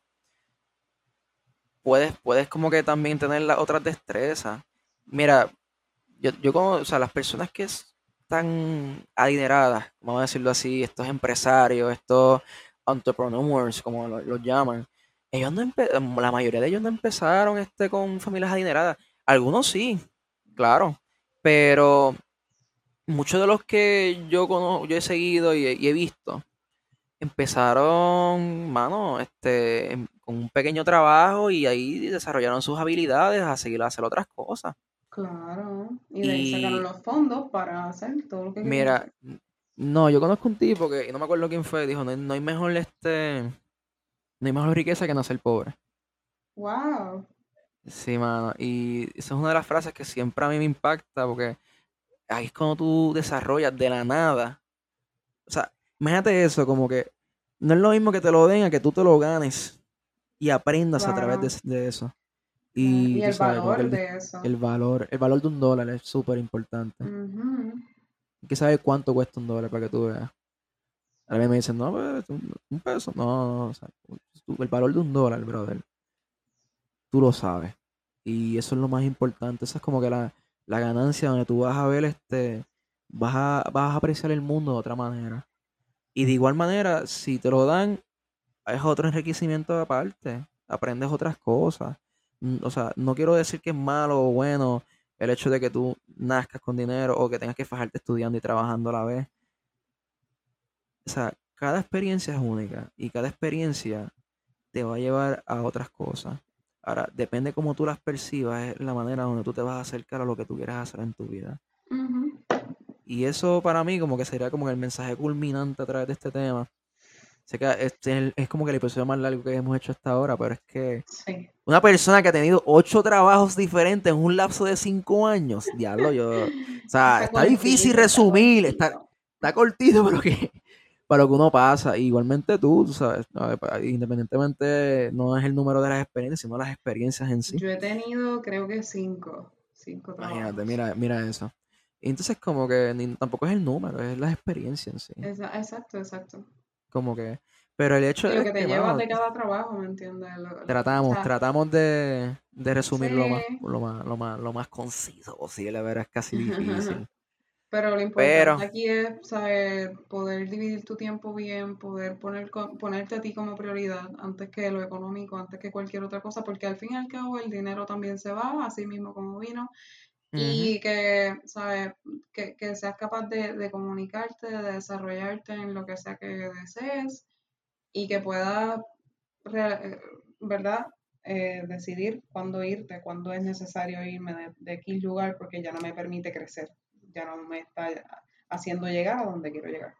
puedes como que también tener las otras destrezas. Mira, o sea, las personas que están adineradas, vamos a decirlo así, estos empresarios, estos entrepreneurs, como los llaman, la mayoría de ellos no empezaron con familias adineradas. Algunos sí, claro, pero muchos de los que yo he seguido y he visto, empezaron, mano, con un pequeño trabajo y ahí desarrollaron sus habilidades a seguir a hacer otras cosas. Claro. Y de ahí sacaron Y los fondos para hacer todo lo que querían mira, hacer. no, yo conozco un tipo que, y no me acuerdo quién fue, dijo, no hay mejor riqueza que nacer pobre. Wow. Sí, mano, y esa es una de las frases que siempre a mí me impacta, porque ahí es cuando tú desarrollas de la nada. O sea, imagínate eso, como que no es lo mismo que te lo den a que tú te lo ganes y aprendas a través Claro, de eso. claro. Y Y tú el sabes, como que valor de eso. el valor de $1 es súper importante. Ujú. Hay que saber cuánto cuesta $1 para que tú veas. A mí me dicen, no, pues, un peso. No, no, o sea, el valor de $1, brother, tú lo sabes. Y eso es lo más importante. Eso es como que la ganancia donde tú vas a ver, vas a apreciar el mundo de otra manera. Y de igual manera, si te lo dan, es otro enriquecimiento aparte. Aprendes otras cosas. O sea, no quiero decir que es malo o bueno el hecho de que tú nazcas con dinero o que tengas que fajarte estudiando y trabajando a la vez. O sea, cada experiencia es única y cada experiencia te va a llevar a otras cosas. Ahora, depende cómo tú las percibas, es la manera donde tú te vas a acercar a lo que tú quieras hacer en tu vida. Ujú. Y eso para mí como que sería como el mensaje culminante a través de este tema. Sé que es como que el episodio más largo que hemos hecho hasta ahora, pero es que Sí. una persona que ha tenido 8 trabajos diferentes en un lapso de 5 años, diablo, o sea, Está está difícil cortito, está resumir, cortito. está cortito, pero que para lo que uno pasa. Igualmente tú sabes, ¿no? Independientemente no es el número de las experiencias, sino las experiencias en sí. Yo he tenido, creo que cinco Imagínate, trabajos. mira eso. Y entonces como que tampoco es el número, es las experiencias en sí. Exacto, exacto. Como que, pero el hecho Y lo es que te que, llevas mano, de cada trabajo, ¿me entiendes? O sea, tratamos de resumir sí. lo más conciso posible, pero es casi difícil. Pero lo Pero, importante aquí es saber poder dividir tu tiempo bien, poder ponerte a ti como prioridad antes que lo económico, antes que cualquier otra cosa, porque al fin y al cabo el dinero también se va, así mismo como vino, ujú, y que, ¿sabes? Que seas capaz de comunicarte, de desarrollarte en lo que sea que desees y que puedas, ¿verdad? Decidir cuándo irte, cuándo es necesario irme de X lugar porque ya no me permite crecer, ya no me está haciendo llegar a donde quiero llegar.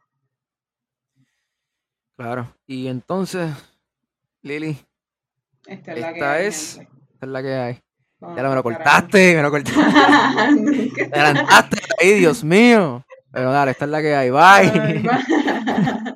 claro. Y entonces, Lili, Esta es la que esta hay, es, gente. esta es la que hay. Ya Vámonos me para lo el carajo. cortaste, me lo cortaste. Nunca. Me adelantaste ahí, Dios mío. Pero dale, esta es la que hay. Ay, Bye. va.